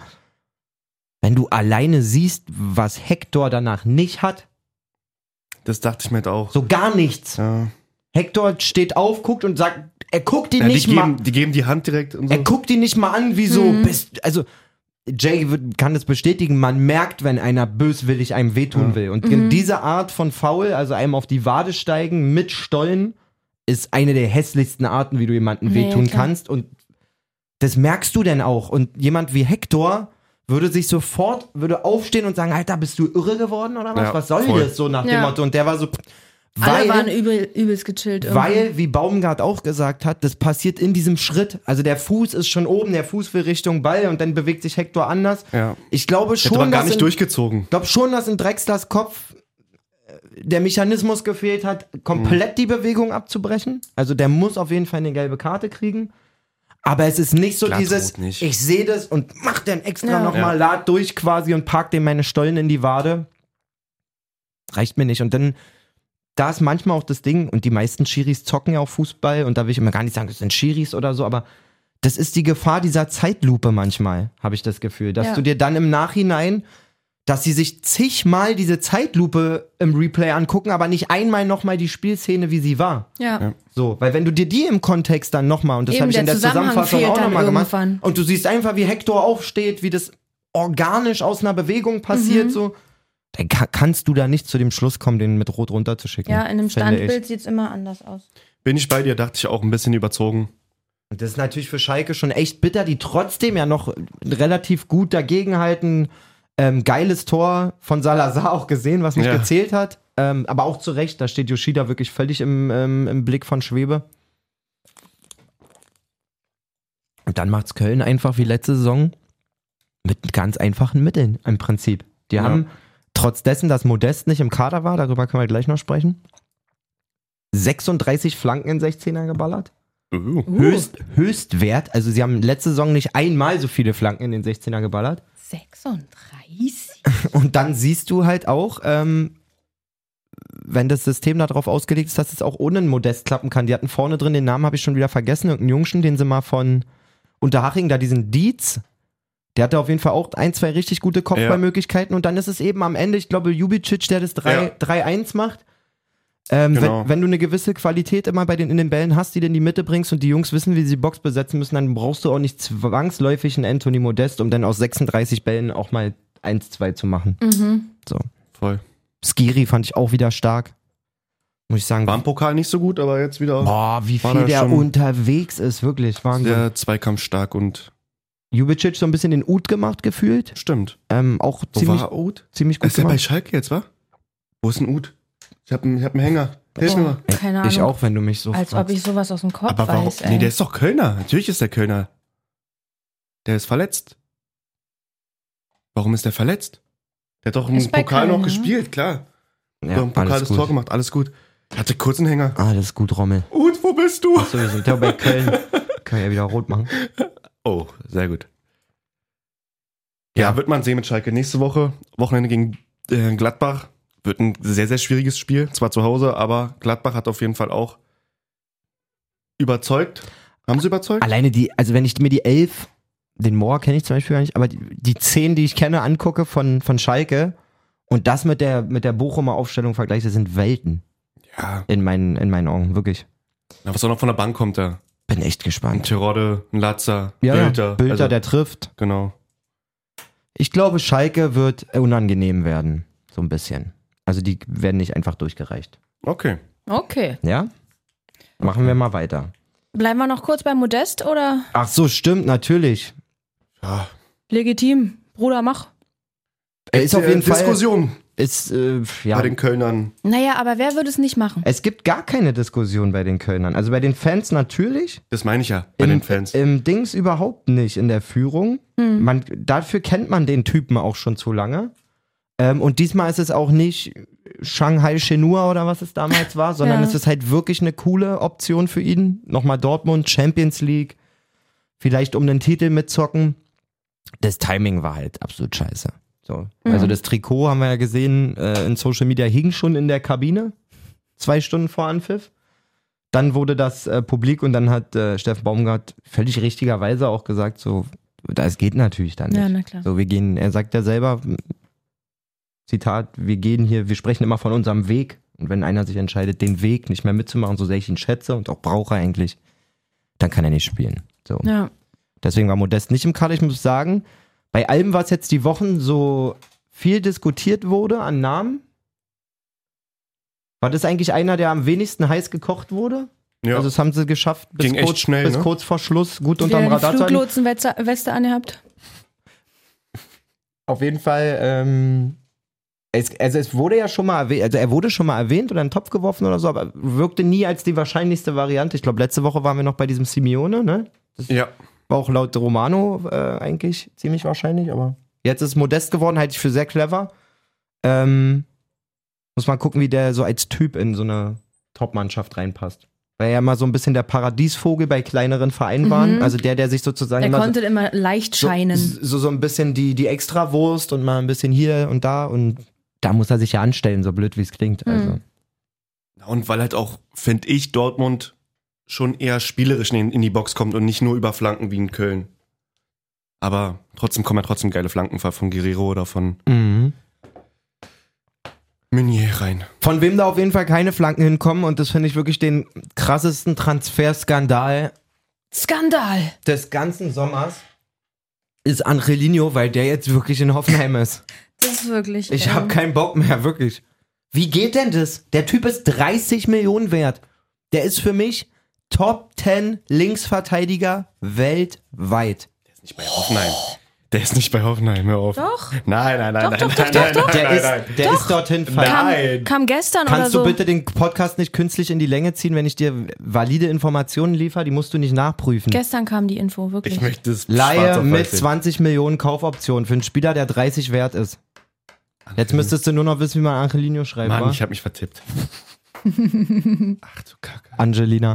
S2: Wenn du alleine siehst, was Hector danach nicht hat,
S3: Das dachte ich mir halt auch.
S2: so gar nichts.
S3: Ja.
S2: Hector steht auf, guckt und sagt, er guckt ihn
S3: Ja, die,
S2: nicht mal.
S3: geben, die geben die Hand direkt und so.
S2: Er guckt ihn nicht mal an, wie so,
S1: Mhm.
S2: bist, also Jay wird- kann das bestätigen, man merkt, wenn einer böswillig einem wehtun
S3: Ja.
S2: will. Und
S1: Mhm.
S2: diese Art von Foul, also einem auf die Wade steigen mit Stollen, ist eine der hässlichsten Arten, wie du jemandem
S1: Nee,
S2: wehtun
S1: klar.
S2: kannst. Und das merkst du denn auch. Und jemand wie Hector würde sich sofort, würde aufstehen und sagen, Alter, bist du irre geworden oder was?
S3: Ja,
S2: was soll
S3: voll.
S2: das? So nach dem
S1: Ja.
S2: Motto. Und der war so,
S1: Alle
S2: weil,
S1: waren übel, übelst gechillt irgendwie.
S2: weil, wie Baumgart auch gesagt hat, das passiert in diesem Schritt. Also der Fuß ist schon oben, der Fuß will Richtung Ball und dann bewegt sich Hector anders.
S3: Ja.
S2: Ich glaube
S3: Ich hätte aber
S2: schon,
S3: gar
S2: dass
S3: nicht
S2: in,
S3: durchgezogen.
S2: glaube schon, dass in Drexlers Kopf äh, der Mechanismus gefehlt hat, komplett die Bewegung abzubrechen. Also der muss auf jeden Fall eine gelbe Karte kriegen. Aber es ist nicht so
S3: Glattrot
S2: dieses,
S3: nicht.
S2: ich sehe das und mach dann extra
S1: Ja.
S2: nochmal,
S3: Ja.
S2: lad durch quasi und park dem meine Stollen in die Wade. Reicht mir nicht. Und dann, da ist manchmal auch das Ding, und die meisten Schiris zocken ja auch Fußball, und da will ich immer gar nicht sagen, das sind Schiris oder so, aber das ist die Gefahr dieser Zeitlupe manchmal, habe ich das Gefühl. Dass
S1: Ja.
S2: du dir dann im Nachhinein, dass sie sich zigmal diese Zeitlupe im Replay angucken, aber nicht einmal nochmal die Spielszene, wie sie war.
S1: Ja.
S3: Ja.
S2: So, weil wenn du dir die im Kontext dann nochmal, und das
S1: Eben,
S2: habe ich in
S1: der
S2: der
S1: Zusammenhang
S2: Zusammenfassung
S1: fehlt
S2: auch
S1: dann
S2: nochmal gemacht,
S1: irgendwann.
S2: und du siehst einfach, wie Hector aufsteht, wie das organisch aus einer Bewegung passiert,
S1: Mhm.
S2: so, dann ka- kannst du da nicht zu dem Schluss kommen, den mit Rot runterzuschicken.
S1: Ja, in einem
S2: finde
S1: Standbild sieht es immer anders aus.
S3: Bin ich bei dir, dachte ich auch ein bisschen überzogen.
S2: Und das ist natürlich für Schalke schon echt bitter, die trotzdem ja noch relativ gut dagegenhalten. Ähm, geiles Tor von Salazar auch gesehen, was nicht
S3: Ja.
S2: gezählt hat. Ähm, aber auch zu Recht, da steht Yoshida wirklich völlig im, ähm, im Blick von Schwebe. Und dann macht's Köln einfach wie letzte Saison mit ganz einfachen Mitteln im Prinzip. Die
S3: Ja.
S2: haben, trotz dessen, dass Modest nicht im Kader war, darüber können wir gleich noch sprechen, sechsunddreißig Flanken in sechzehner geballert.
S3: Uh.
S2: Höchst, Höchstwert. Also sie haben letzte Saison nicht einmal so viele Flanken in den sechzehner geballert.
S1: sechsunddreißig?
S2: Und dann siehst du halt auch, ähm, wenn das System darauf ausgelegt ist, dass es auch ohne einen Modest klappen kann. Die hatten vorne drin, den Namen habe ich schon wieder vergessen, irgendeinen Jungschen, den sie mal von Unterhaching, da diesen Dietz, der hatte auf jeden Fall auch ein, zwei richtig gute Kopfballmöglichkeiten. Und dann ist es eben am Ende, ich glaube, Jubicic, der das drei eins macht. Ähm,
S3: Genau.
S2: wenn, wenn du eine gewisse Qualität immer bei den in den Bällen hast, die du in die Mitte bringst und die Jungs wissen, wie sie die Box besetzen müssen, dann brauchst du auch nicht zwangsläufig einen Anthony Modest, um dann aus sechsunddreißig Bällen auch mal eins zwei zu machen.
S1: Mhm.
S2: So.
S3: Voll.
S2: Skiri fand ich auch wieder stark. Muss ich sagen.
S3: War im Pokal nicht so gut, aber jetzt wieder
S2: Boah, wie
S3: war
S2: viel
S3: da
S2: der
S3: schon
S2: unterwegs ist, wirklich Wahnsinn.
S3: sehr zweikampfstark und
S2: Jubicic so ein bisschen den Ut gemacht gefühlt.
S3: stimmt.
S2: Ähm, auch
S3: Wo
S2: ziemlich,
S3: war Uth?
S2: ziemlich gut
S3: Ist der bei
S2: gemacht.
S3: Schalke jetzt, wa? Wo ist ein Uth? Ich hab einen, ich hab einen Hänger. Hilf mir mal.
S1: Oh, keine Ahnung.
S2: Ich auch, wenn du mich so
S1: Als
S2: fragst.
S1: ob ich sowas aus dem Kopf
S3: Aber warum?
S1: weiß, ey.
S3: Nee, der ist doch Kölner. Natürlich ist der Kölner. Der ist verletzt. Warum ist der verletzt? Der hat doch im
S1: Ist bei
S3: Pokal
S1: Köln,
S3: noch
S1: ne?
S3: gespielt, klar.
S2: Ja,
S3: Ja, Im Pokal
S2: alles
S3: das
S2: gut.
S3: Tor gemacht, alles gut. Hatte kurz einen Hänger.
S2: Alles gut, Rommel.
S3: Uth, wo bist du?
S2: Achso, wir sind ja bei Köln. Können wir ja wieder rot machen.
S3: Oh, sehr gut. Ja,
S2: Ja.
S3: wird man sehen mit Schalke. Nächste Woche, Wochenende gegen äh, Gladbach. Wird ein sehr, sehr schwieriges Spiel. Zwar zu Hause, aber Gladbach hat auf jeden Fall auch überzeugt. Haben sie überzeugt?
S2: Alleine die, also wenn ich mir die elf, den Mohr kenne ich zum Beispiel gar nicht, aber die, die zehn, die ich kenne, angucke von, von Schalke und das mit der, mit der Bochumer Aufstellung vergleiche, sind Welten
S3: Ja.
S2: in meinen, in meinen Augen, wirklich.
S3: Na, was auch noch von der Bank kommt da?
S2: Bin echt
S3: Ein
S2: gespannt.
S3: Terodde, ein Latzer,
S2: Ja,
S3: Bülter.
S2: Bülter,
S3: Also,
S2: der trifft.
S3: genau.
S2: Ich glaube, Schalke wird unangenehm werden. So ein bisschen. Also die werden nicht einfach durchgereicht.
S3: Okay.
S1: Okay.
S2: Ja? Machen wir mal weiter.
S1: Bleiben wir noch kurz bei Modest oder
S2: Ach so, stimmt, natürlich.
S3: Ja.
S1: legitim? Bruder, mach.
S2: Er ist auf jeden Fall.
S3: Diskussion
S2: Ist, äh, ja.
S3: bei den Kölnern.
S1: Naja, aber wer würde es nicht machen?
S2: Es gibt gar keine Diskussion bei den Kölnern. Also bei den Fans natürlich.
S3: Das meine ich ja, bei
S2: Im,
S3: den Fans.
S2: Im Dings überhaupt nicht in der Führung.
S1: Hm.
S2: Man, dafür kennt man den Typen auch schon zu lange. Ähm, und diesmal ist es auch nicht Shanghai Shenhua oder was es damals war, sondern
S1: Ja.
S2: es ist halt wirklich eine coole Option für ihn. Nochmal Dortmund, Champions League, vielleicht um den Titel mitzocken. Das Timing war halt absolut scheiße. So.
S1: Mhm.
S2: Also das Trikot haben wir ja gesehen, äh, in Social Media hing schon in der Kabine, zwei Stunden vor Anpfiff. Dann wurde das äh, publik und dann hat äh, Steffen Baumgart völlig richtigerweise auch gesagt, so, das geht natürlich dann nicht.
S1: Ja, na klar.
S2: So, wir gehen, er sagt ja selber, Zitat, wir gehen hier, wir sprechen immer von unserem Weg. Und wenn einer sich entscheidet, den Weg nicht mehr mitzumachen, so sehr ich ihn schätze und auch brauche eigentlich, dann kann er nicht spielen. So.
S1: Ja.
S2: Deswegen war Modest nicht im Kader. Ich muss sagen, bei allem, was jetzt die Wochen so viel diskutiert wurde an Namen, war das eigentlich einer, der am wenigsten heiß gekocht wurde?
S3: Ja.
S2: Also das haben sie geschafft, bis,
S3: Ging echt
S2: kurz,
S3: schnell,
S2: bis
S3: ne?
S2: kurz vor Schluss gut
S1: Der
S2: unterm
S1: die
S2: Radar zu halten.
S1: Fluglotsenweste Weste angehabt.
S2: Auf jeden Fall, ähm, es, also es wurde ja schon mal erwähnt, also er wurde schon mal erwähnt oder in den Topf geworfen oder so, aber wirkte nie als die wahrscheinlichste Variante. Ich glaube, letzte Woche waren wir noch bei diesem Simeone, ne?
S3: Ja.
S2: War auch laut Romano äh, eigentlich ziemlich wahrscheinlich, aber jetzt ist Modest geworden, halte ich für sehr clever. Ähm, muss mal gucken, wie der so als Typ in so eine Top-Mannschaft reinpasst. Weil er ja mal so ein bisschen der Paradiesvogel bei kleineren Vereinen war.
S1: Mhm.
S2: Also der, der sich sozusagen
S1: Er
S2: immer
S1: konnte immer leicht
S2: so,
S1: scheinen.
S2: so, so ein bisschen die, die Extrawurst und mal ein bisschen hier und da und da muss er sich ja anstellen, so blöd wie es klingt. Also.
S1: Mhm.
S3: Und weil halt auch, finde ich, Dortmund schon eher spielerisch in, in die Box kommt und nicht nur über Flanken wie in Köln. Aber trotzdem kommen ja trotzdem geile Flanken von Guerrero oder von
S2: Mhm.
S3: Meunier rein.
S2: Von wem da auf jeden Fall keine Flanken hinkommen und das finde ich wirklich den krassesten Transferskandal
S1: Skandal.
S2: des ganzen Sommers ist Angelino, weil der jetzt wirklich in Hoffenheim ist.
S1: Das ist wirklich.
S2: Ich
S1: ähm,
S2: habe keinen Bock mehr, wirklich. Wie geht denn das? Der Typ ist dreißig Millionen wert. Der ist für mich Top zehn Linksverteidiger weltweit.
S3: Der ist nicht bei Hoffenheim. Der ist nicht bei Hoffenheim, hör auf.
S1: Doch.
S3: Nein, nein, nein,
S1: Doch,
S3: nein,
S1: doch,
S3: nein,
S1: doch,
S3: nein,
S1: doch,
S3: nein,
S1: doch.
S3: nein,
S2: Der
S3: nein,
S2: ist,
S3: nein.
S2: der ist dorthin
S3: Nein.
S2: falsch.
S1: Kam, kam gestern oder
S2: Kannst
S1: so.
S2: du bitte den Podcast nicht künstlich in die Länge ziehen, wenn ich dir valide Informationen liefere? Die musst du nicht nachprüfen.
S1: Gestern kam die Info, wirklich.
S3: Ich möchte es
S2: Laie
S3: schwarz auf
S2: mit
S3: weiß sehen.
S2: zwanzig Millionen Kaufoptionen für einen Spieler, der dreißig wert ist. Jetzt müsstest du nur noch wissen, wie man Angelino schreibt,
S3: Mann,
S2: wa?
S3: ich habe mich vertippt. Ach du Kacke.
S2: Angelina.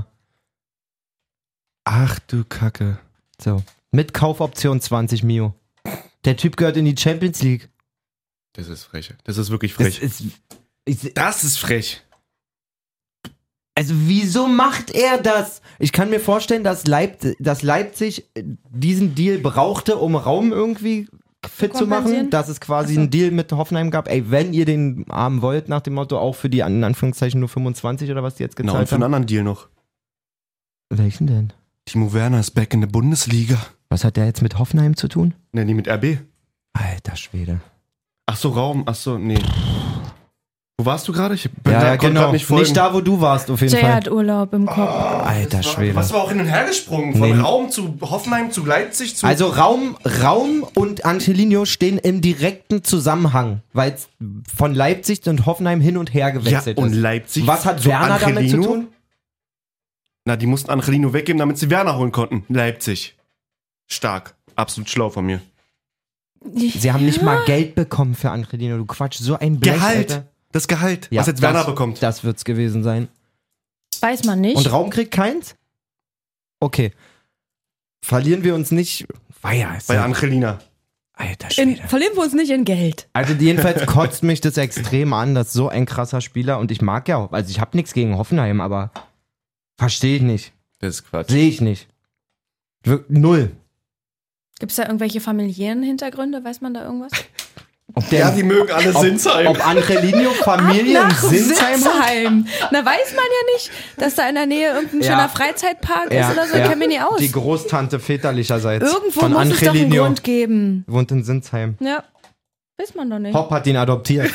S3: Ach du Kacke.
S2: So. Mit Kaufoption zwanzig Mio. Der Typ gehört in die Champions League.
S3: Das ist frech. Das ist wirklich
S2: Das
S3: frech.
S2: ist, ich,
S3: Das ist frech.
S2: also wieso macht er das? Ich kann mir vorstellen, dass, Leip dass Leipzig diesen Deal brauchte, um Raum irgendwie fit zu machen.
S1: Kompensieren?
S2: Dass es quasi
S1: Ach so.
S2: einen Deal mit Hoffenheim gab. Ey, wenn ihr den haben wollt, nach dem Motto, auch für die in Anführungszeichen nur fünfundzwanzig oder was die jetzt
S3: Genau, und
S2: gezahlt
S3: für einen
S2: haben.
S3: anderen Deal noch.
S2: Welchen denn?
S3: Timo Werner ist back in der Bundesliga.
S2: Was hat der jetzt mit Hoffenheim zu tun?
S3: Ne, nie mit R B.
S2: Alter Schwede.
S3: Ach so, Raum. Ach so, nee. Wo warst du gerade? Ich bin
S2: Ja,
S3: da,
S2: ja
S3: konnte
S2: genau.
S3: grad nicht
S2: Nicht,
S3: folgen.
S2: da, wo du warst, auf jeden
S1: Jay
S2: Fall.
S1: hat Urlaub im Kopf.
S2: Alter Schwede.
S3: Was war auch hin und her gesprungen? Von
S2: Nee.
S3: Raum zu Hoffenheim zu Leipzig zu.
S2: Also Raum, Raum und Angelino stehen im direkten Zusammenhang, weil es von Leipzig und Hoffenheim hin und her
S3: ja,
S2: gewechselt
S3: und
S2: ist.
S3: Leipzig.
S2: Was hat
S3: zu
S2: Werner damit zu tun?
S3: Na, die mussten Angelino weggeben, damit sie Werner holen konnten. Leipzig. Stark. Absolut schlau von mir.
S2: Sie haben nicht mal Geld bekommen für Angelino. Du Quatsch, so ein Blech,
S3: Gehalt.
S2: Alter.
S3: Das Gehalt,
S2: Ja,
S3: was jetzt
S2: das,
S3: Werner bekommt.
S2: Das wird's gewesen sein.
S1: Weiß man nicht.
S2: Und Raum kriegt keins? Okay. Verlieren wir uns nicht. Weia, ist
S3: Bei
S2: ja-
S3: Angelina.
S2: Alter
S1: in,
S2: Schwede.
S1: verlieren wir uns nicht in Geld.
S2: Also jedenfalls kotzt mich das extrem an, dass so ein krasser Spieler, und ich mag ja, also ich habe nichts gegen Hoffenheim, aber verstehe ich nicht.
S3: Das ist Quatsch.
S2: Sehe ich nicht. Wir- Null.
S1: Gibt es da irgendwelche familiären Hintergründe? Weiß man da irgendwas?
S2: Ob der,
S3: Ja, die mögen alle
S2: ob,
S3: Sinsheim.
S2: ob Angelino Familie in
S1: Nach
S2: Sinsheim hat?
S1: Sinsheim. Na, weiß man ja nicht, dass da in der Nähe irgendein
S2: Ja.
S1: schöner Freizeitpark ist oder so. Ich kenn mich nicht aus.
S2: Die Großtante väterlicherseits
S1: Irgendwo
S2: von
S1: muss es doch einen
S2: Angelino
S1: Grund geben.
S2: wohnt in Sinsheim.
S1: Ja, weiß man doch nicht.
S2: Hopp hat ihn adoptiert.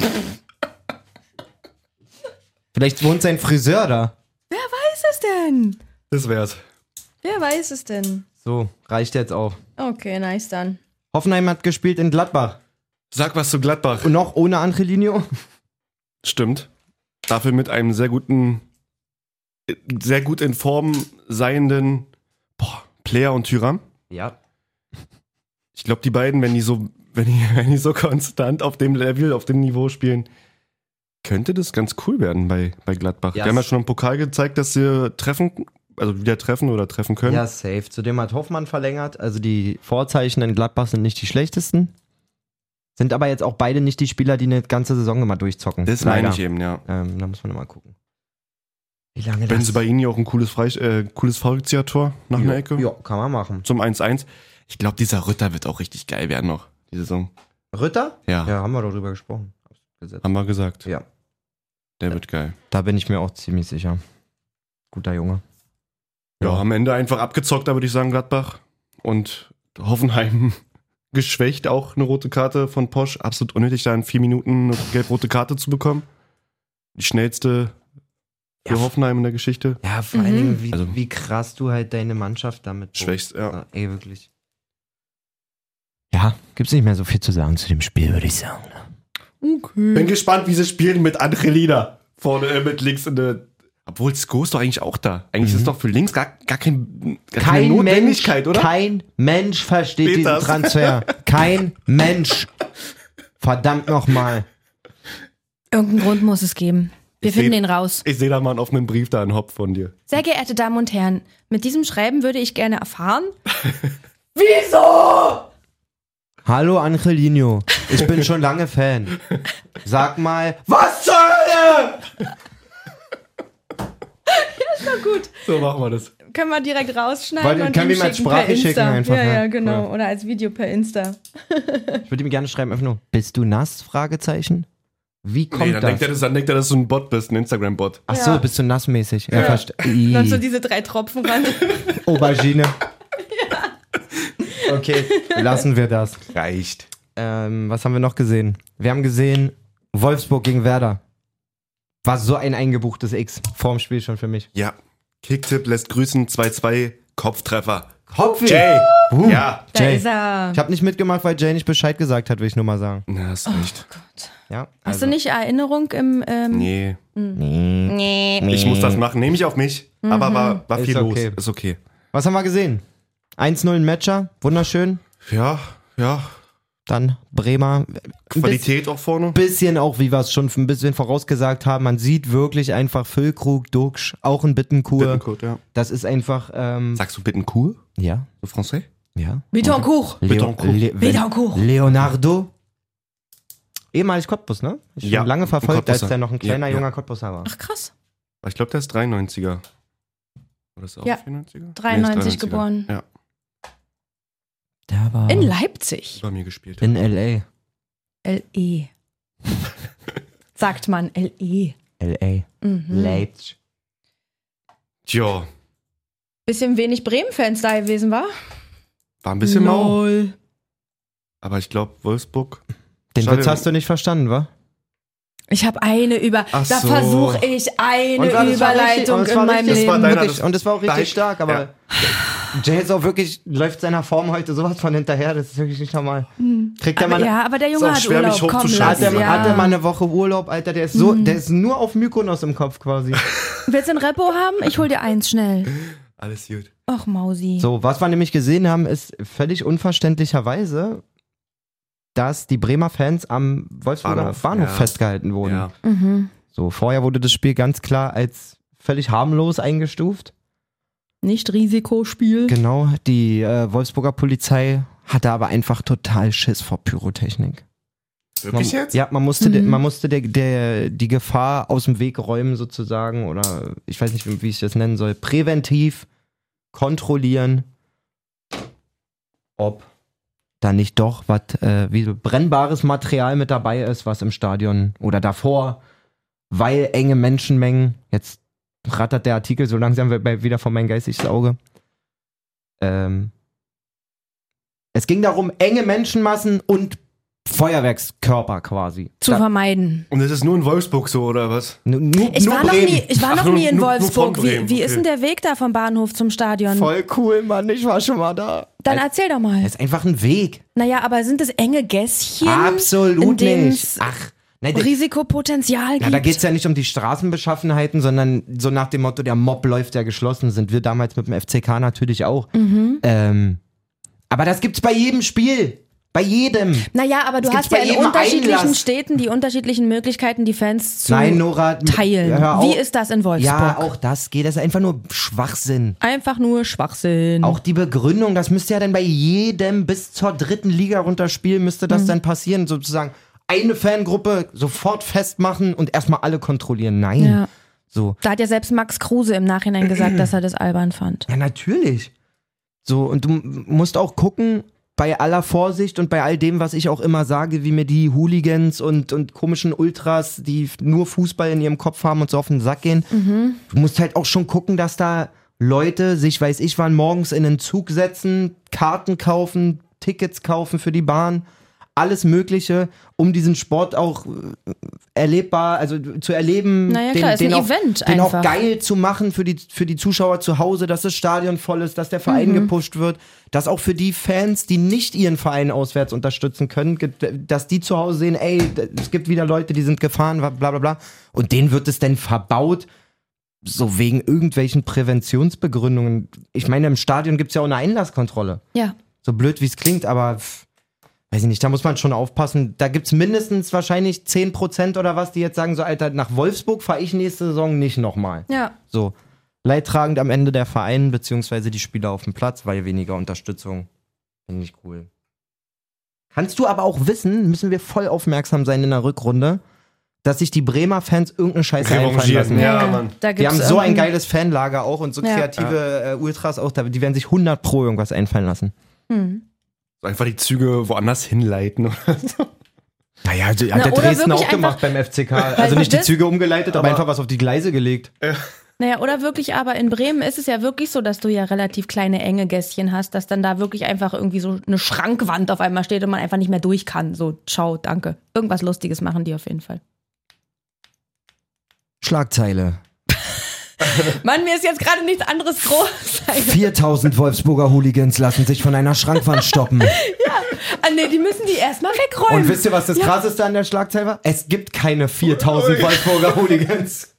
S2: Vielleicht wohnt sein Friseur da.
S1: Wer weiß es denn?
S3: Das wär's.
S1: Wer weiß es denn?
S2: So, reicht jetzt auch.
S1: Okay, nice dann.
S2: Hoffenheim hat gespielt in Gladbach.
S3: Sag was zu Gladbach.
S2: Und noch ohne Angelino.
S3: Stimmt. Dafür mit einem sehr guten, sehr gut in Form seienden boah, Player und Tyram.
S2: Ja.
S3: Ich glaube, die beiden, wenn die so, wenn die, wenn die so konstant auf dem Level, auf dem Niveau spielen, könnte das ganz cool werden bei, bei Gladbach.
S2: Ja,
S3: Die haben ja
S2: s-
S3: schon im Pokal gezeigt, dass sie treffen, also wieder treffen oder treffen können.
S2: Ja, safe. Zudem hat Hoffmann verlängert. Also die Vorzeichen in Gladbach sind nicht die schlechtesten. Sind aber jetzt auch beide nicht die Spieler, die eine ganze Saison immer durchzocken.
S3: Das
S2: Leider.
S3: meine ich eben, ja.
S2: Ähm, da muss man mal gucken. Wie lange
S3: Wenn
S2: das...
S3: sie bei ihnen ja auch ein cooles, Freich äh, cooles Fallrückzieher-Tor nach einer Ecke
S2: Ja, kann man machen.
S3: zum eins eins. Ich glaube, dieser Ritter wird auch richtig geil werden noch, die Saison.
S2: Ritter?
S3: Ja,
S2: Ja, haben wir doch drüber gesprochen. Gesetzt.
S3: haben wir gesagt.
S2: Ja,
S3: Der wird geil.
S2: da bin ich mir auch ziemlich sicher. Guter Junge.
S3: Ja, am Ende einfach abgezockt, da würde ich sagen, Gladbach. Und Hoffenheim geschwächt, auch eine rote Karte von Posch. Absolut unnötig, da in vier Minuten eine gelb-rote Karte zu bekommen. Die schnellste für
S2: Ja.
S3: Hoffenheim in der Geschichte.
S2: Ja, vor
S1: Mhm.
S2: allen Dingen, wie,
S3: Also-
S2: wie krass du halt deine Mannschaft damit
S3: Schwächst, ja.
S2: Ja, ey, wirklich. Ja, gibt's nicht mehr so viel zu sagen zu dem Spiel, würde ich sagen.
S3: Bin gespannt, wie sie spielen mit Angelina. Vorne, äh, mit links in der. Obwohl, Sko ist doch eigentlich auch da. Eigentlich ist doch für links gar, gar, kein, gar keine
S2: Kein Mensch,
S3: Notwendigkeit, oder?
S2: kein Mensch versteht
S3: Peters.
S2: diesen Transfer. Kein Mensch. Verdammt nochmal.
S1: Irgendeinen Grund muss es geben. Wir
S3: Ich
S1: finden
S3: seh-
S1: den raus.
S3: Ich sehe da mal einen offenen Brief da, einen Hopf von dir.
S1: Sehr geehrte Damen und Herren, mit diesem Schreiben würde ich gerne erfahren.
S2: Hallo Angelino, ich bin schon lange Fan. Sag mal, was zur Hölle?
S1: Gut,
S3: So machen wir das.
S1: können wir direkt rausschneiden
S2: Weil,
S1: und
S2: können
S1: ihm
S2: wir ihm als
S1: schicken
S2: Sprache
S1: per Insta.
S2: schicken einfach,
S1: Ja,
S2: ja.
S1: ja, genau.
S2: Cool.
S1: Oder als Video per Insta.
S2: Ich würde ihm gerne schreiben, einfach nur, bist du nass? Fragezeichen. Wie kommt
S3: Nee, dann,
S2: das?
S3: denkt er, das? dann denkt er, dass du ein Bot bist, ein Instagram-Bot.
S2: Ach so,
S1: Ja.
S2: bist du nassmäßig? Ja,
S1: Ja.
S2: verstehe.
S1: Dann so diese drei Tropfen ran.
S2: Aubergine. Okay, lassen wir das.
S3: Reicht.
S2: Ähm, was haben wir noch gesehen? Wir haben gesehen, Wolfsburg gegen Werder. War so ein eingebuchtes X vorm Spiel schon für mich.
S3: Ja. Kicktipp lässt grüßen, zwei zwei, Kopftreffer.
S2: Hopfi!
S3: Jay!
S2: Uh,
S3: Ja.
S1: Da
S2: Jay.
S1: ist er.
S2: Ich habe nicht mitgemacht, weil Jay nicht Bescheid gesagt hat, will ich nur mal sagen.
S3: Na, hast recht.
S1: Gott.
S2: Ja,
S1: Hast
S2: also-
S1: du nicht Erinnerung im... Ähm,
S3: Nee,
S2: Nee.
S1: Nee.
S3: ich muss das machen. Nehme ich auf mich. Aber war, war
S2: Ist
S3: viel
S2: okay.
S3: los. Ist okay.
S2: Was haben wir gesehen? eins null in Matcher, wunderschön.
S3: Ja, ja.
S2: dann Bremer.
S3: Qualität auch vorne.
S2: Bisschen auch, wie wir es schon ein bisschen vorausgesagt haben, man sieht wirklich einfach Füllkrug, Duxch, auch ein Bittencourt.
S3: Bittencourt, ja.
S2: Das ist einfach, ähm,
S3: Sagst du Bittencourt?
S2: ja,
S3: So Français?
S2: ja.
S1: Bittencourt.
S2: Leo,
S3: Bittencourt.
S2: Le,
S1: Bittencourt.
S2: Leonardo. Ehemalig Cottbus, ne? Ich
S3: Ja,
S2: schon lange verfolgt,
S3: ein
S2: als der noch ein kleiner,
S3: Ja, ja.
S2: junger Cottbusser war.
S1: Ach krass.
S3: Ich glaube, der ist dreiundneunziger. Oder ist er auch
S1: Ja.
S3: vierundneunziger?
S1: dreiundneunzig
S3: Nee, ist
S1: geboren.
S3: Ja,
S2: Der war
S1: In Leipzig.
S3: bei mir gespielt.
S2: in L
S1: L E. Sagt man L E.
S2: A. L A.
S1: Mhm.
S2: Leipzig.
S3: Tja,
S1: Bisschen wenig Bremen-Fans da gewesen, war?
S3: war ein bisschen mau.
S1: Lol.
S3: Aber ich glaube, Wolfsburg.
S2: Den
S3: Schade.
S2: Witz hast du nicht verstanden, wa?
S1: Ich habe eine über.
S3: Ach
S1: da
S3: so.
S1: versuche ich eine
S2: Und war- das war richtig-
S1: Überleitung
S2: und es
S1: in
S2: war
S1: meinem
S2: richtig-
S3: Das war
S1: Leben.
S3: deiner-
S2: Wirklich, und es war auch richtig
S3: Nein.
S2: stark, aber
S3: Ja.
S2: Jay ist auch wirklich, läuft seiner Form heute sowas von hinterher, das ist wirklich nicht normal. Kriegt der
S1: aber,
S2: mal,
S1: ja, aber der Junge
S3: auch
S1: hat
S3: schwer, mich
S1: Urlaub. Komm,
S3: hochzuschlagen.
S1: lass,
S2: hat, der,
S1: ja.
S2: hat der mal eine Woche Urlaub, Alter, der ist so, der ist nur auf Mykonos im Kopf quasi.
S1: Willst du ein Repo haben? Ich hol dir eins schnell.
S3: Alles gut.
S1: Ach, Mausi.
S2: So, was wir nämlich gesehen haben, ist völlig unverständlicherweise, dass die Bremer Fans am Wolfsburger Bahnhof,
S3: Bahnhof, ja.
S2: festgehalten wurden.
S3: Ja.
S1: Mhm.
S2: So, vorher wurde das Spiel ganz klar als völlig harmlos eingestuft.
S1: Nicht Risikospiel.
S2: Genau, die äh, Wolfsburger Polizei hatte aber einfach total Schiss vor Pyrotechnik.
S3: Wirklich
S2: man,
S3: jetzt?
S2: Ja, man musste, de,
S1: Mhm.
S2: man musste der, der, die Gefahr aus dem Weg räumen sozusagen oder ich weiß nicht, wie, wie ich das nennen soll, präventiv kontrollieren, ob da nicht doch was äh, wie so brennbares Material mit dabei ist, was im Stadion oder davor, weil enge Menschenmengen, jetzt rattert der Artikel so langsam bei- wieder vor mein geistiges Auge. Ähm, es ging darum, enge Menschenmassen und Feuerwerkskörper quasi.
S1: Zu
S2: Da,
S1: vermeiden.
S3: Und das ist nur in Wolfsburg so, oder was?
S2: nur, nur,
S1: Ich
S2: nur
S1: war, noch
S2: Bremen.
S1: nie, ich war
S3: Ach,
S1: noch
S3: nur-
S1: nie in
S3: nur- nur
S1: Wolfsburg.
S3: von Bremen,
S1: Wie, wie ist
S3: okay.
S1: denn der Weg da vom Bahnhof zum Stadion?
S2: Voll cool, Mann. Ich war schon mal da.
S1: Dann erzähl doch mal.
S2: Es ist einfach ein Weg.
S1: Naja, aber sind es enge Gässchen? in
S2: Absolut
S1: denen
S2: nicht.
S1: es
S2: Ach, nein, der-
S1: Risikopotenzial gibt?
S2: ja, da geht es ja nicht um die Straßenbeschaffenheiten, sondern so nach dem Motto, der Mob läuft ja geschlossen. Sind wir damals mit dem F C K natürlich auch.
S1: Mhm.
S2: Ähm, aber das gibt's bei jedem Spiel. Bei jedem.
S1: Naja, aber du
S2: Es
S1: hast
S2: gibt's
S1: ja
S2: bei
S1: in
S2: jedem
S1: unterschiedlichen
S2: Einlass.
S1: Städten die unterschiedlichen Möglichkeiten, die Fans zu
S2: Nein, Nora.
S1: teilen.
S2: hör auf.
S1: Wie ist das in Wolfsburg?
S2: Ja, auch das geht. Das ist einfach nur Schwachsinn.
S1: Einfach nur Schwachsinn.
S2: Auch die Begründung, das müsste ja dann bei jedem bis zur dritten Liga runterspielen, müsste das dann passieren, sozusagen eine Fangruppe sofort festmachen und erstmal alle kontrollieren. Nein.
S1: Ja.
S2: So.
S1: Da hat ja selbst Max Kruse im Nachhinein gesagt, dass er das albern fand.
S2: Ja, natürlich. So, und du m- musst auch gucken, bei aller Vorsicht und bei all dem, was ich auch immer sage, wie mir die Hooligans und, und komischen Ultras, die f- nur Fußball in ihrem Kopf haben und so auf den Sack gehen, du musst halt auch schon gucken, dass da Leute sich, weiß ich wann, morgens in den Zug setzen, Karten kaufen, Tickets kaufen für die Bahn, alles Mögliche, um diesen Sport auch äh, erlebbar, also zu erleben,
S1: Naja,
S2: den,
S1: klar, ist
S2: den,
S1: ein
S2: auch,
S1: Event
S2: den auch
S1: einfach.
S2: geil zu machen für die, für die Zuschauer zu Hause, dass das Stadion voll ist, dass der Verein
S1: Mhm.
S2: gepusht wird, dass auch für die Fans, die nicht ihren Verein auswärts unterstützen können, ge- dass die zu Hause sehen, ey, es gibt wieder Leute, die sind gefahren, bla bla bla. Und denen wird es denn verbaut, so wegen irgendwelchen Präventionsbegründungen. Ich meine, im Stadion gibt es ja auch eine Einlasskontrolle.
S1: Ja.
S2: So blöd, wie es klingt, aber pff, weiß ich nicht, da muss man schon aufpassen. Da gibt es mindestens wahrscheinlich zehn Prozent oder was, die jetzt sagen, so Alter, nach Wolfsburg fahre ich nächste Saison nicht nochmal.
S1: Ja.
S2: So, leidtragend am Ende der Verein, beziehungsweise die Spieler auf dem Platz, weil weniger Unterstützung. Finde ich cool. Kannst du aber auch wissen, müssen wir voll aufmerksam sein in der Rückrunde, dass sich die Bremer Fans irgendeine Scheiße einfallen
S3: Revanchieren,
S2: lassen.
S3: ja, Mann.
S1: Da
S2: Die
S1: gibt's
S2: haben so ein
S1: irgendein-
S2: geiles Fanlager auch und so
S1: Ja.
S2: kreative äh, Ultras auch, da- die werden sich hundert pro irgendwas einfallen lassen.
S1: Hm.
S3: Einfach die Züge woanders hinleiten oder so.
S2: Naja, also, hat
S1: Na,
S2: der
S1: oder
S2: Dresden
S1: wirklich
S2: auch gemacht
S1: einfach-
S2: beim F C K. Also nicht die
S1: das-
S2: Züge umgeleitet, aber,
S3: aber-
S2: einfach was auf die Gleise gelegt.
S1: Naja, oder wirklich, aber in Bremen ist es ja wirklich so, dass du ja relativ kleine, enge Gässchen hast, dass dann da wirklich einfach irgendwie so eine Schrankwand auf einmal steht und man einfach nicht mehr durch kann. So, ciao, danke. Irgendwas Lustiges machen die auf jeden Fall.
S2: Schlagzeile.
S1: Mann, mir ist jetzt gerade nichts anderes groß.
S2: viertausend Wolfsburger Hooligans lassen sich von einer Schrankwand stoppen.
S1: Ah, nee, die müssen die erstmal wegräumen.
S2: Und wisst ihr, was das krasseste an der Schlagzeile war? Es gibt keine viertausend Wolfsburger Hooligans.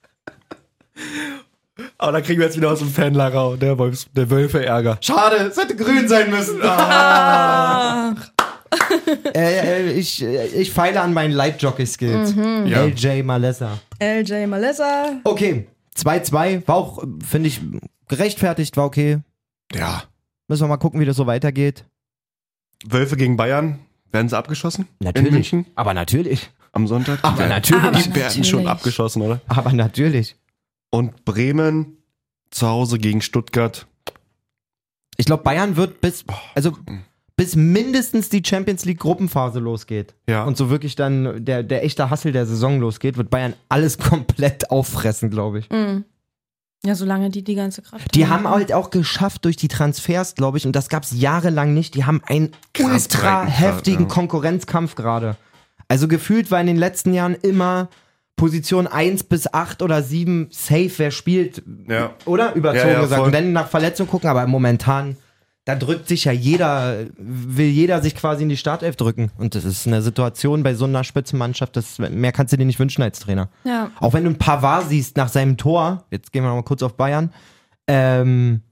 S3: Aber da kriegen wir jetzt wieder aus dem Fanlager der, Wolfs der Wölfe Ärger.
S2: Schade, es hätte grün sein müssen. Ah. äh, äh, ich, äh, ich feile an meinen Light-Jockey-Skills.
S1: Mhm.
S3: Ja.
S2: L J Malessa.
S1: L J Malessa.
S2: Okay, zwei zwei, war auch, finde ich, gerechtfertigt, war okay.
S3: Ja.
S2: Müssen wir mal gucken, wie das so weitergeht.
S3: Wölfe gegen Bayern. Werden sie abgeschossen? In
S2: Natürlich.
S3: München
S2: Aber natürlich.
S3: am Sonntag?
S2: Aber
S3: Ja.
S2: natürlich.
S1: Aber
S3: Die werden schon
S1: natürlich.
S3: abgeschossen, oder?
S2: Aber natürlich.
S3: Und Bremen zu Hause gegen Stuttgart.
S2: Ich glaube, Bayern wird bis, also bis mindestens die Champions League Gruppenphase losgeht.
S3: Ja.
S2: Und so wirklich dann der, der echte Hassel der Saison losgeht, wird Bayern alles komplett auffressen, glaube ich.
S1: Mhm. Ja, solange die die ganze Kraft
S2: Die haben halt auch geschafft durch die Transfers, glaube ich, und das gab es jahrelang nicht. Die haben einen
S3: Krass
S2: ultra
S3: breiten
S2: heftigen
S3: Grad, ja.
S2: Konkurrenzkampf gerade. Also gefühlt war in den letzten Jahren immer Position eins bis acht oder sieben safe, wer spielt,
S3: Ja.
S2: oder? Überzogen
S3: Ja, ja,
S2: gesagt.
S3: voll.
S2: Und dann nach Verletzung gucken, aber momentan, da drückt sich ja jeder, will jeder sich quasi in die Startelf drücken. Und das ist eine Situation bei so einer Spitzenmannschaft, das, mehr kannst du dir nicht wünschen als Trainer.
S1: Ja.
S2: Auch wenn du ein Pavard siehst nach seinem Tor, jetzt gehen wir noch mal kurz auf Bayern, ähm,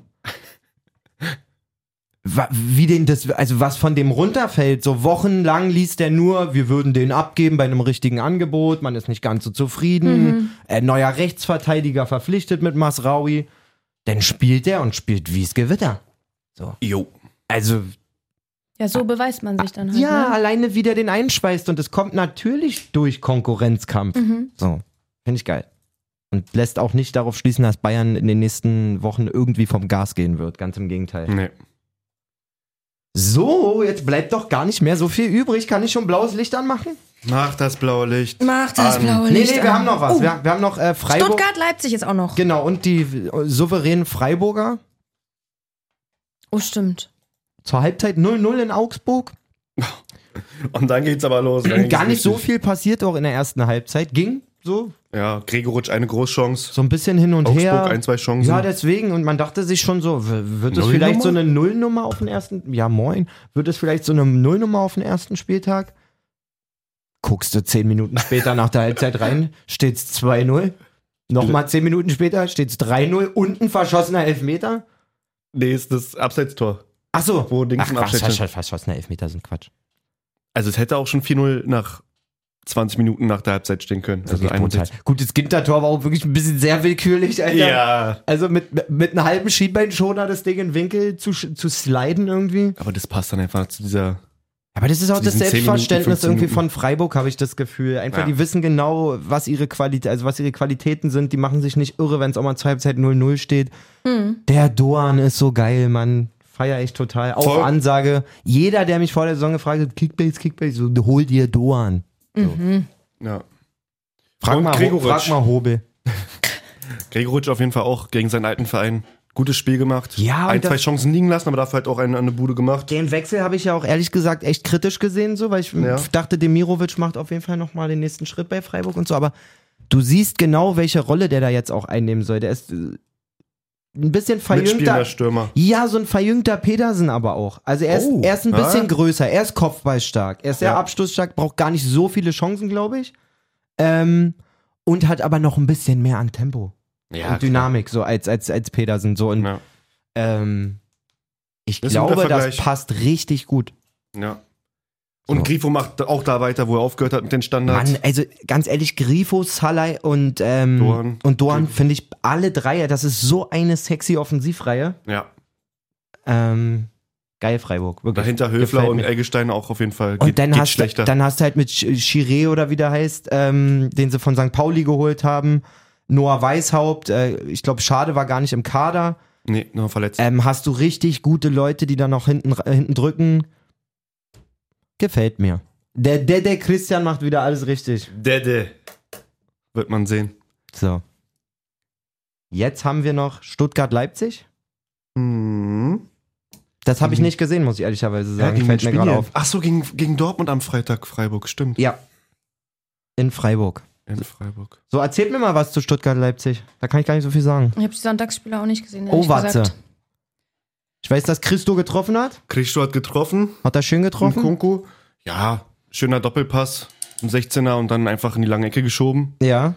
S2: wa- wie den das, also was von dem runterfällt, so wochenlang liest er nur, wir würden den abgeben bei einem richtigen Angebot, man ist nicht ganz so zufrieden,
S1: Mhm.
S2: äh, neuer Rechtsverteidiger verpflichtet mit Masraoui, dann spielt er und spielt wie's Gewitter.
S3: Jo.
S2: Also,
S1: Ja, so beweist man sich dann halt.
S2: ja,
S1: Ne?
S2: alleine wie der den einschweißt und es kommt natürlich durch Konkurrenzkampf.
S1: Mhm.
S2: So, finde ich geil. Und lässt auch nicht darauf schließen, dass Bayern in den nächsten Wochen irgendwie vom Gas gehen wird. Ganz im Gegenteil.
S3: Nee.
S2: So, jetzt bleibt doch gar nicht mehr so viel übrig. Kann ich schon blaues Licht anmachen?
S3: Mach das blaue Licht.
S1: Mach das
S3: an.
S1: blaue
S2: Nee,
S1: Licht
S2: nee, wir
S1: an.
S2: haben noch was.
S1: Oh,
S2: Wir, wir haben noch äh, Freiburg.
S1: Stuttgart, Leipzig ist auch noch.
S2: Genau, und die äh, souveränen Freiburger.
S1: Oh, stimmt.
S2: Zur Halbzeit null null in Augsburg.
S3: Und dann geht's aber los. Dann geht's
S2: Gar nicht so
S3: richtig.
S2: viel passiert auch in der ersten Halbzeit. Ging so,
S3: Ja, Gregoritsch eine Großchance.
S2: so ein bisschen hin und
S3: Augsburg
S2: her.
S3: ein, zwei Chancen.
S2: Ja, deswegen. Und man dachte sich schon so, w- wird es
S3: Nullnummer?
S2: vielleicht so eine Nullnummer auf den ersten, ja moin, wird es vielleicht so eine Nullnummer auf den ersten Spieltag? Guckst du zehn Minuten später nach der Halbzeit rein, steht's zwei null. Nochmal zehn Minuten später steht's drei null und ein verschossener Elfmeter.
S3: Nee, ist das Abseitstor.
S2: Ach so.
S3: Wo Dings
S2: Ach,
S3: im
S2: Quatsch,
S3: Abseits
S2: Quatsch,
S3: stand.
S2: Quatsch, verschossene Elfmeter sind Quatsch.
S3: Also es hätte auch schon vier null nach zwanzig Minuten nach der Halbzeit stehen können. Also
S2: Wirklich brutal.
S3: einundsechzig.
S2: Gut, das Ginter-Tor war auch wirklich ein bisschen sehr willkürlich, Alter.
S3: Ja.
S2: Also mit, mit einem halben Schienbeinschoner das Ding in den Winkel zu, sch- zu sliden irgendwie.
S3: Aber das passt dann einfach zu dieser...
S2: Aber das ist auch
S3: Zu
S2: das
S3: diesen zehn Minuten,
S2: Selbstverständnis
S3: fünfzehn
S2: irgendwie
S3: Minuten.
S2: von Freiburg, habe ich das Gefühl. Einfach,
S3: Ja.
S2: die wissen genau, was ihre Qualität, also was ihre Qualitäten sind. Die machen sich nicht irre, wenn es auch mal zur Halbzeit null null steht.
S1: Hm.
S2: Der Doan ist so geil, Mann. Feier ich total. Auch
S3: Voll.
S2: Ansage. Jeder, der mich vor der Saison gefragt hat, Kickbase, Kickbase, so, hol dir Doan.
S1: Mhm.
S3: Ja.
S2: Frag
S3: Und
S2: mal, Ho-
S3: Gregoritsch.
S2: frag mal Hobel.
S3: Gregoritsch auf jeden Fall auch gegen seinen alten Verein. Gutes Spiel gemacht.
S2: Ja, und
S3: Ein,
S2: das-
S3: zwei Chancen liegen lassen, aber dafür halt auch eine, eine Bude gemacht.
S2: Den Wechsel habe ich ja auch ehrlich gesagt echt kritisch gesehen, so, weil ich
S3: Ja.
S2: dachte, Demirovic macht auf jeden Fall nochmal den nächsten Schritt bei Freiburg und so, aber du siehst genau, welche Rolle der da jetzt auch einnehmen soll. Der ist äh, ein bisschen
S3: Mitspielender
S2: verjüngter.
S3: Stürmer.
S2: Ja, so ein verjüngter Petersen aber auch. Also er ist,
S3: Oh,
S2: er ist ein
S3: ah.
S2: bisschen größer, er ist kopfballstark, er ist sehr
S3: Ja.
S2: abschlussstark, braucht gar nicht so viele Chancen, glaube ich. Ähm, und hat aber noch ein bisschen mehr an Tempo und Dynamik, so als, als, als Petersen. So. Und
S3: Ja.
S2: ähm, ich
S3: Das ist ein guter
S2: glaube, das
S3: Vergleich.
S2: passt richtig gut.
S3: ja. Und
S2: So.
S3: Grifo macht auch da weiter, wo er aufgehört hat mit den Standards.
S2: Mann, also ganz ehrlich, Grifo, Salai und, ähm,
S3: Doan.
S2: und Doan finde ich alle drei, das ist so eine sexy Offensivreihe.
S3: Ja.
S2: Ähm, geil, Freiburg. Wirklich.
S3: Dahinter Höfler
S2: Gefällt
S3: und
S2: mir.
S3: Eggestein auch auf jeden Fall.
S2: Und
S3: Geht,
S2: dann,
S3: geht
S2: hast,
S3: schlechter.
S2: dann hast du halt mit Ch- Chiré oder wie der heißt, ähm, den sie von Sankt Pauli geholt haben, Noah Weishaupt, äh, ich glaube, Schade war gar nicht im Kader.
S3: nee, noch verletzt.
S2: Ähm, hast du richtig gute Leute, die dann noch hinten, äh, hinten drücken. Gefällt mir. Der, der, der Christian macht wieder alles richtig.
S3: Dede. Wird man sehen.
S2: So. Jetzt haben wir noch Stuttgart-Leipzig.
S3: Mhm.
S2: Das habe ich
S3: Mhm.
S2: nicht gesehen, muss ich ehrlicherweise sagen.
S3: gegen
S2: Fällt mir gerade
S3: Spiel.
S2: auf.
S3: Ach so, gegen, gegen Dortmund am Freitag, Freiburg, stimmt.
S2: Ja. In Freiburg.
S3: In Freiburg.
S2: So, erzählt mir mal was zu Stuttgart-Leipzig. Da kann ich gar nicht so viel sagen.
S1: Ich habe die Sonntagsspiele auch nicht gesehen.
S2: Oh,
S1: ehrlich
S2: warte.
S1: gesagt.
S2: Ich weiß, dass Christo getroffen hat.
S3: Christo hat getroffen.
S2: Hat er schön
S3: Und
S2: getroffen?
S3: Kunku. Ja, schöner Doppelpass. Im sechzehner und dann einfach in die lange Ecke geschoben.
S2: Ja.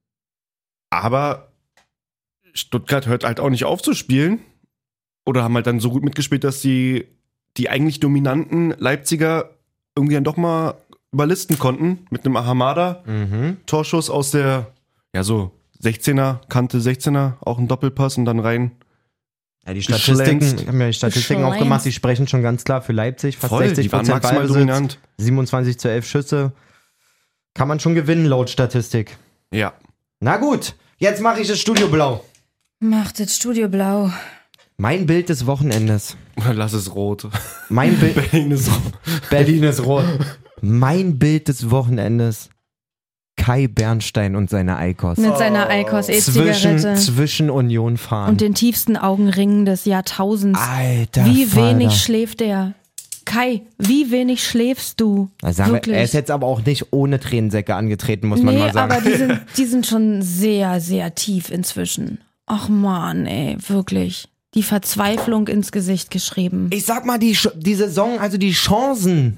S3: Aber Stuttgart hört halt auch nicht auf zu spielen. Oder haben halt dann so gut mitgespielt, dass die, die eigentlich dominanten Leipziger irgendwie dann doch mal überlisten konnten mit einem Ahamada.
S2: Mhm.
S3: Torschuss aus der, ja so, sechzehner, Kante sechzehner, auch ein Doppelpass und dann rein.
S2: Ja, die Statistiken,
S3: Geschlänzt.
S2: ich habe mir die Statistiken auch gemacht, die sprechen schon ganz klar für Leipzig. Fast
S3: Voll,
S2: sechzig
S3: die waren
S2: Prozent
S3: maximal
S2: Ballbesitz,
S3: dominant.
S2: siebenundzwanzig zu elf Schüsse. Kann man schon gewinnen, laut Statistik.
S3: Ja.
S2: Na gut, jetzt mache ich das Studio blau.
S1: Macht das Studio blau.
S2: Mein Bild des Wochenendes.
S3: Lass es rot.
S2: Mein Bild.
S3: Berlin ist rot.
S2: Berlin ist rot. Mein Bild des Wochenendes. Kai Bernstein und seine Eikos.
S1: Mit seiner Eikos
S2: Zwischen,
S1: E-Zigarette.
S2: zwischen Union fahren.
S1: Und den tiefsten Augenringen des Jahrtausends.
S2: Alter
S1: Wie
S2: Vater.
S1: wenig schläft er? Kai, wie wenig schläfst du?
S2: Also sagen wir,
S1: Wirklich.
S2: er ist jetzt aber auch nicht ohne Tränensäcke angetreten, muss man
S1: nee,
S2: mal sagen.
S1: aber die sind, die sind schon sehr, sehr tief inzwischen. Ach man, ey, wirklich. Die Verzweiflung ins Gesicht geschrieben.
S2: Ich sag mal, die, Sch- die Saison, also die Chancen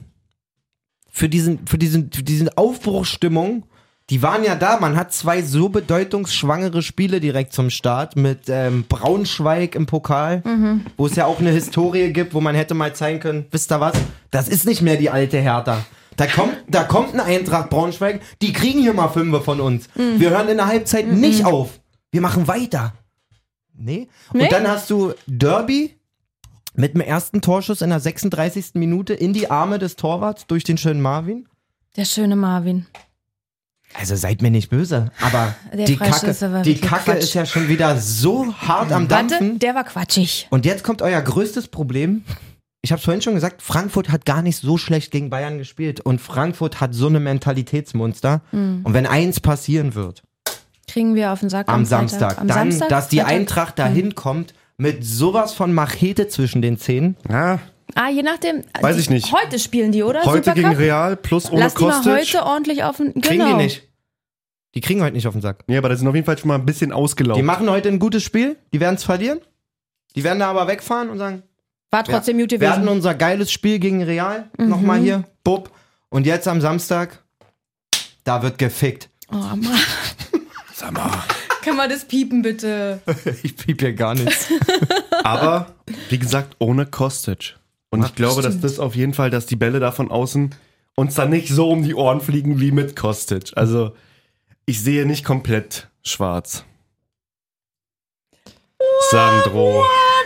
S2: für diesen, für diesen, für diesen Aufbruchsstimmung, die waren ja da. Man hat zwei so bedeutungsschwangere Spiele direkt zum Start mit ähm, Braunschweig im Pokal,
S1: Mhm.
S2: wo es ja auch eine Historie gibt, wo man hätte mal zeigen können, wisst ihr was? Das ist nicht mehr die alte Hertha. Da kommt, da kommt ein Eintracht Braunschweig, die kriegen hier mal Fünfe von uns.
S1: Mhm.
S2: Wir hören in der Halbzeit nicht auf. Wir machen weiter. Nee?
S1: Nee.
S2: Und dann hast du Derby mit dem ersten Torschuss in der sechsunddreißigsten Minute in die Arme des Torwarts durch den schönen Marvin.
S1: Der schöne Marvin.
S2: Also seid mir nicht böse, aber
S1: Der
S2: die Kacke,
S1: Freistoß war
S2: die
S1: wirklich
S2: Kacke
S1: Quatsch.
S2: ist ja schon wieder so hart am
S1: Warte,
S2: Dampfen.
S1: der war quatschig.
S2: Und jetzt kommt euer größtes Problem. Ich habe vorhin schon gesagt, Frankfurt hat gar nicht so schlecht gegen Bayern gespielt. Und Frankfurt hat so eine Mentalitätsmonster.
S1: Mhm.
S2: Und wenn eins passieren wird,
S1: Kriegen wir auf den Sack
S2: am
S1: Freitag.
S2: Samstag,
S1: Am
S2: dann,
S1: Samstag?
S2: dass die
S1: Freitag?
S2: Eintracht dahin kommt mit sowas von Machete zwischen den Zähnen.
S3: Ja,
S1: Ah, je nachdem.
S3: Weiß
S1: die,
S3: ich nicht.
S1: Heute spielen die, oder?
S3: heute gegen
S1: Supercup?
S3: Real plus ohne
S1: Lass die mal
S3: Kostic.
S1: heute ordentlich auf den... Genau.
S2: Kriegen die nicht. Die kriegen heute nicht auf den Sack.
S3: Ja, aber das sind auf jeden Fall schon mal ein bisschen
S2: Die
S3: ausgelaufen.
S2: machen heute ein gutes Spiel, die werden es verlieren. Die werden da aber wegfahren und sagen,
S1: War trotzdem gut
S2: wir hatten
S1: gewesen.
S2: unser geiles Spiel gegen Real,
S1: Mhm.
S2: nochmal hier, bub. Und jetzt am Samstag, da wird gefickt.
S1: Oh Mann.
S3: Sag mal.
S1: Kann man das piepen, bitte?
S2: Ich piep hier gar nichts.
S3: Aber, wie gesagt, ohne Kostic. Und ich glaube, dass das auf jeden Fall, dass die Bälle da von außen uns dann nicht so um die Ohren fliegen wie mit Kostic. Also, ich sehe nicht komplett schwarz. Sandro.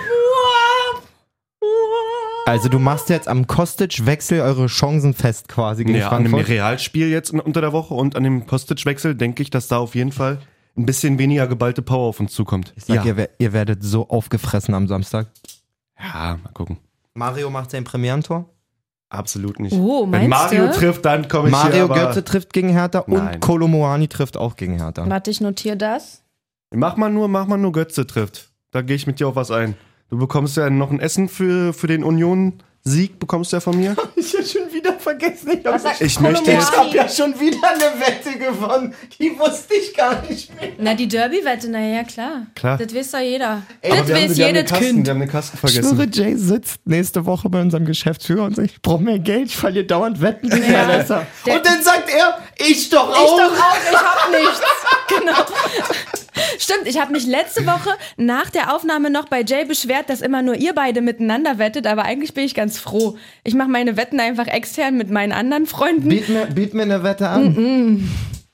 S2: Also du machst jetzt am Kostic-Wechsel eure Chancen fest quasi gegen
S3: Ja, an dem
S2: Frankfurt.
S3: Realspiel jetzt unter der Woche und an dem Kostic-Wechsel denke ich, dass da auf jeden Fall ein bisschen weniger geballte Power auf uns zukommt.
S2: Ich sag,
S3: ja.
S2: ihr, wer- ihr werdet so aufgefressen am Samstag.
S3: ja, mal gucken.
S2: Mario macht sein Premierentor.
S3: Absolut nicht.
S1: Oh,
S3: Wenn
S1: meinst
S3: Mario
S1: du?
S3: trifft, dann komme ich hier
S2: Mario
S3: aber...
S2: Götze trifft gegen Hertha
S3: Nein.
S2: und Kolomoani trifft auch gegen Hertha.
S1: Warte, ich notiere das.
S3: Mach mal nur, mach mal nur Götze trifft. Da gehe ich mit dir auf was ein. Du bekommst ja noch ein Essen für, für den Union-Sieg, bekommst du ja von mir.
S2: Ich hab schon wieder vergessen. Ich,
S1: Was sagt
S3: Ich möchte-
S1: Kolomoani?
S2: ich hab ja schon wieder eine Wette gewonnen. Die wusste ich gar nicht mehr.
S1: Na, die Derby-Wette, na ja, klar.
S3: Klar.
S1: Das weiß doch jeder.
S3: Aber
S1: das
S3: wir haben-
S1: weiß
S3: wir haben den
S1: jedes
S3: Kasten,
S1: Kind.
S3: Wir haben den Kasten
S2: Ich
S3: vergessen.
S2: schwöre, Jay sitzt nächste Woche bei unserem Geschäftsführer und sagt, ich brauche mehr Geld, ich verliere dauernd Wetten gegen
S1: Ja.
S2: Vanessa.
S1: Der-
S2: Und dann sagt er, ich doch auch.
S1: Ich doch auch, ich hab nichts. Genau. Stimmt, ich habe mich letzte Woche nach der Aufnahme noch bei Jay beschwert, dass immer nur ihr beide miteinander wettet, aber eigentlich bin ich ganz froh. Ich mache meine Wetten einfach extern mit meinen anderen Freunden.
S2: Biet mir, biet mir eine Wette an.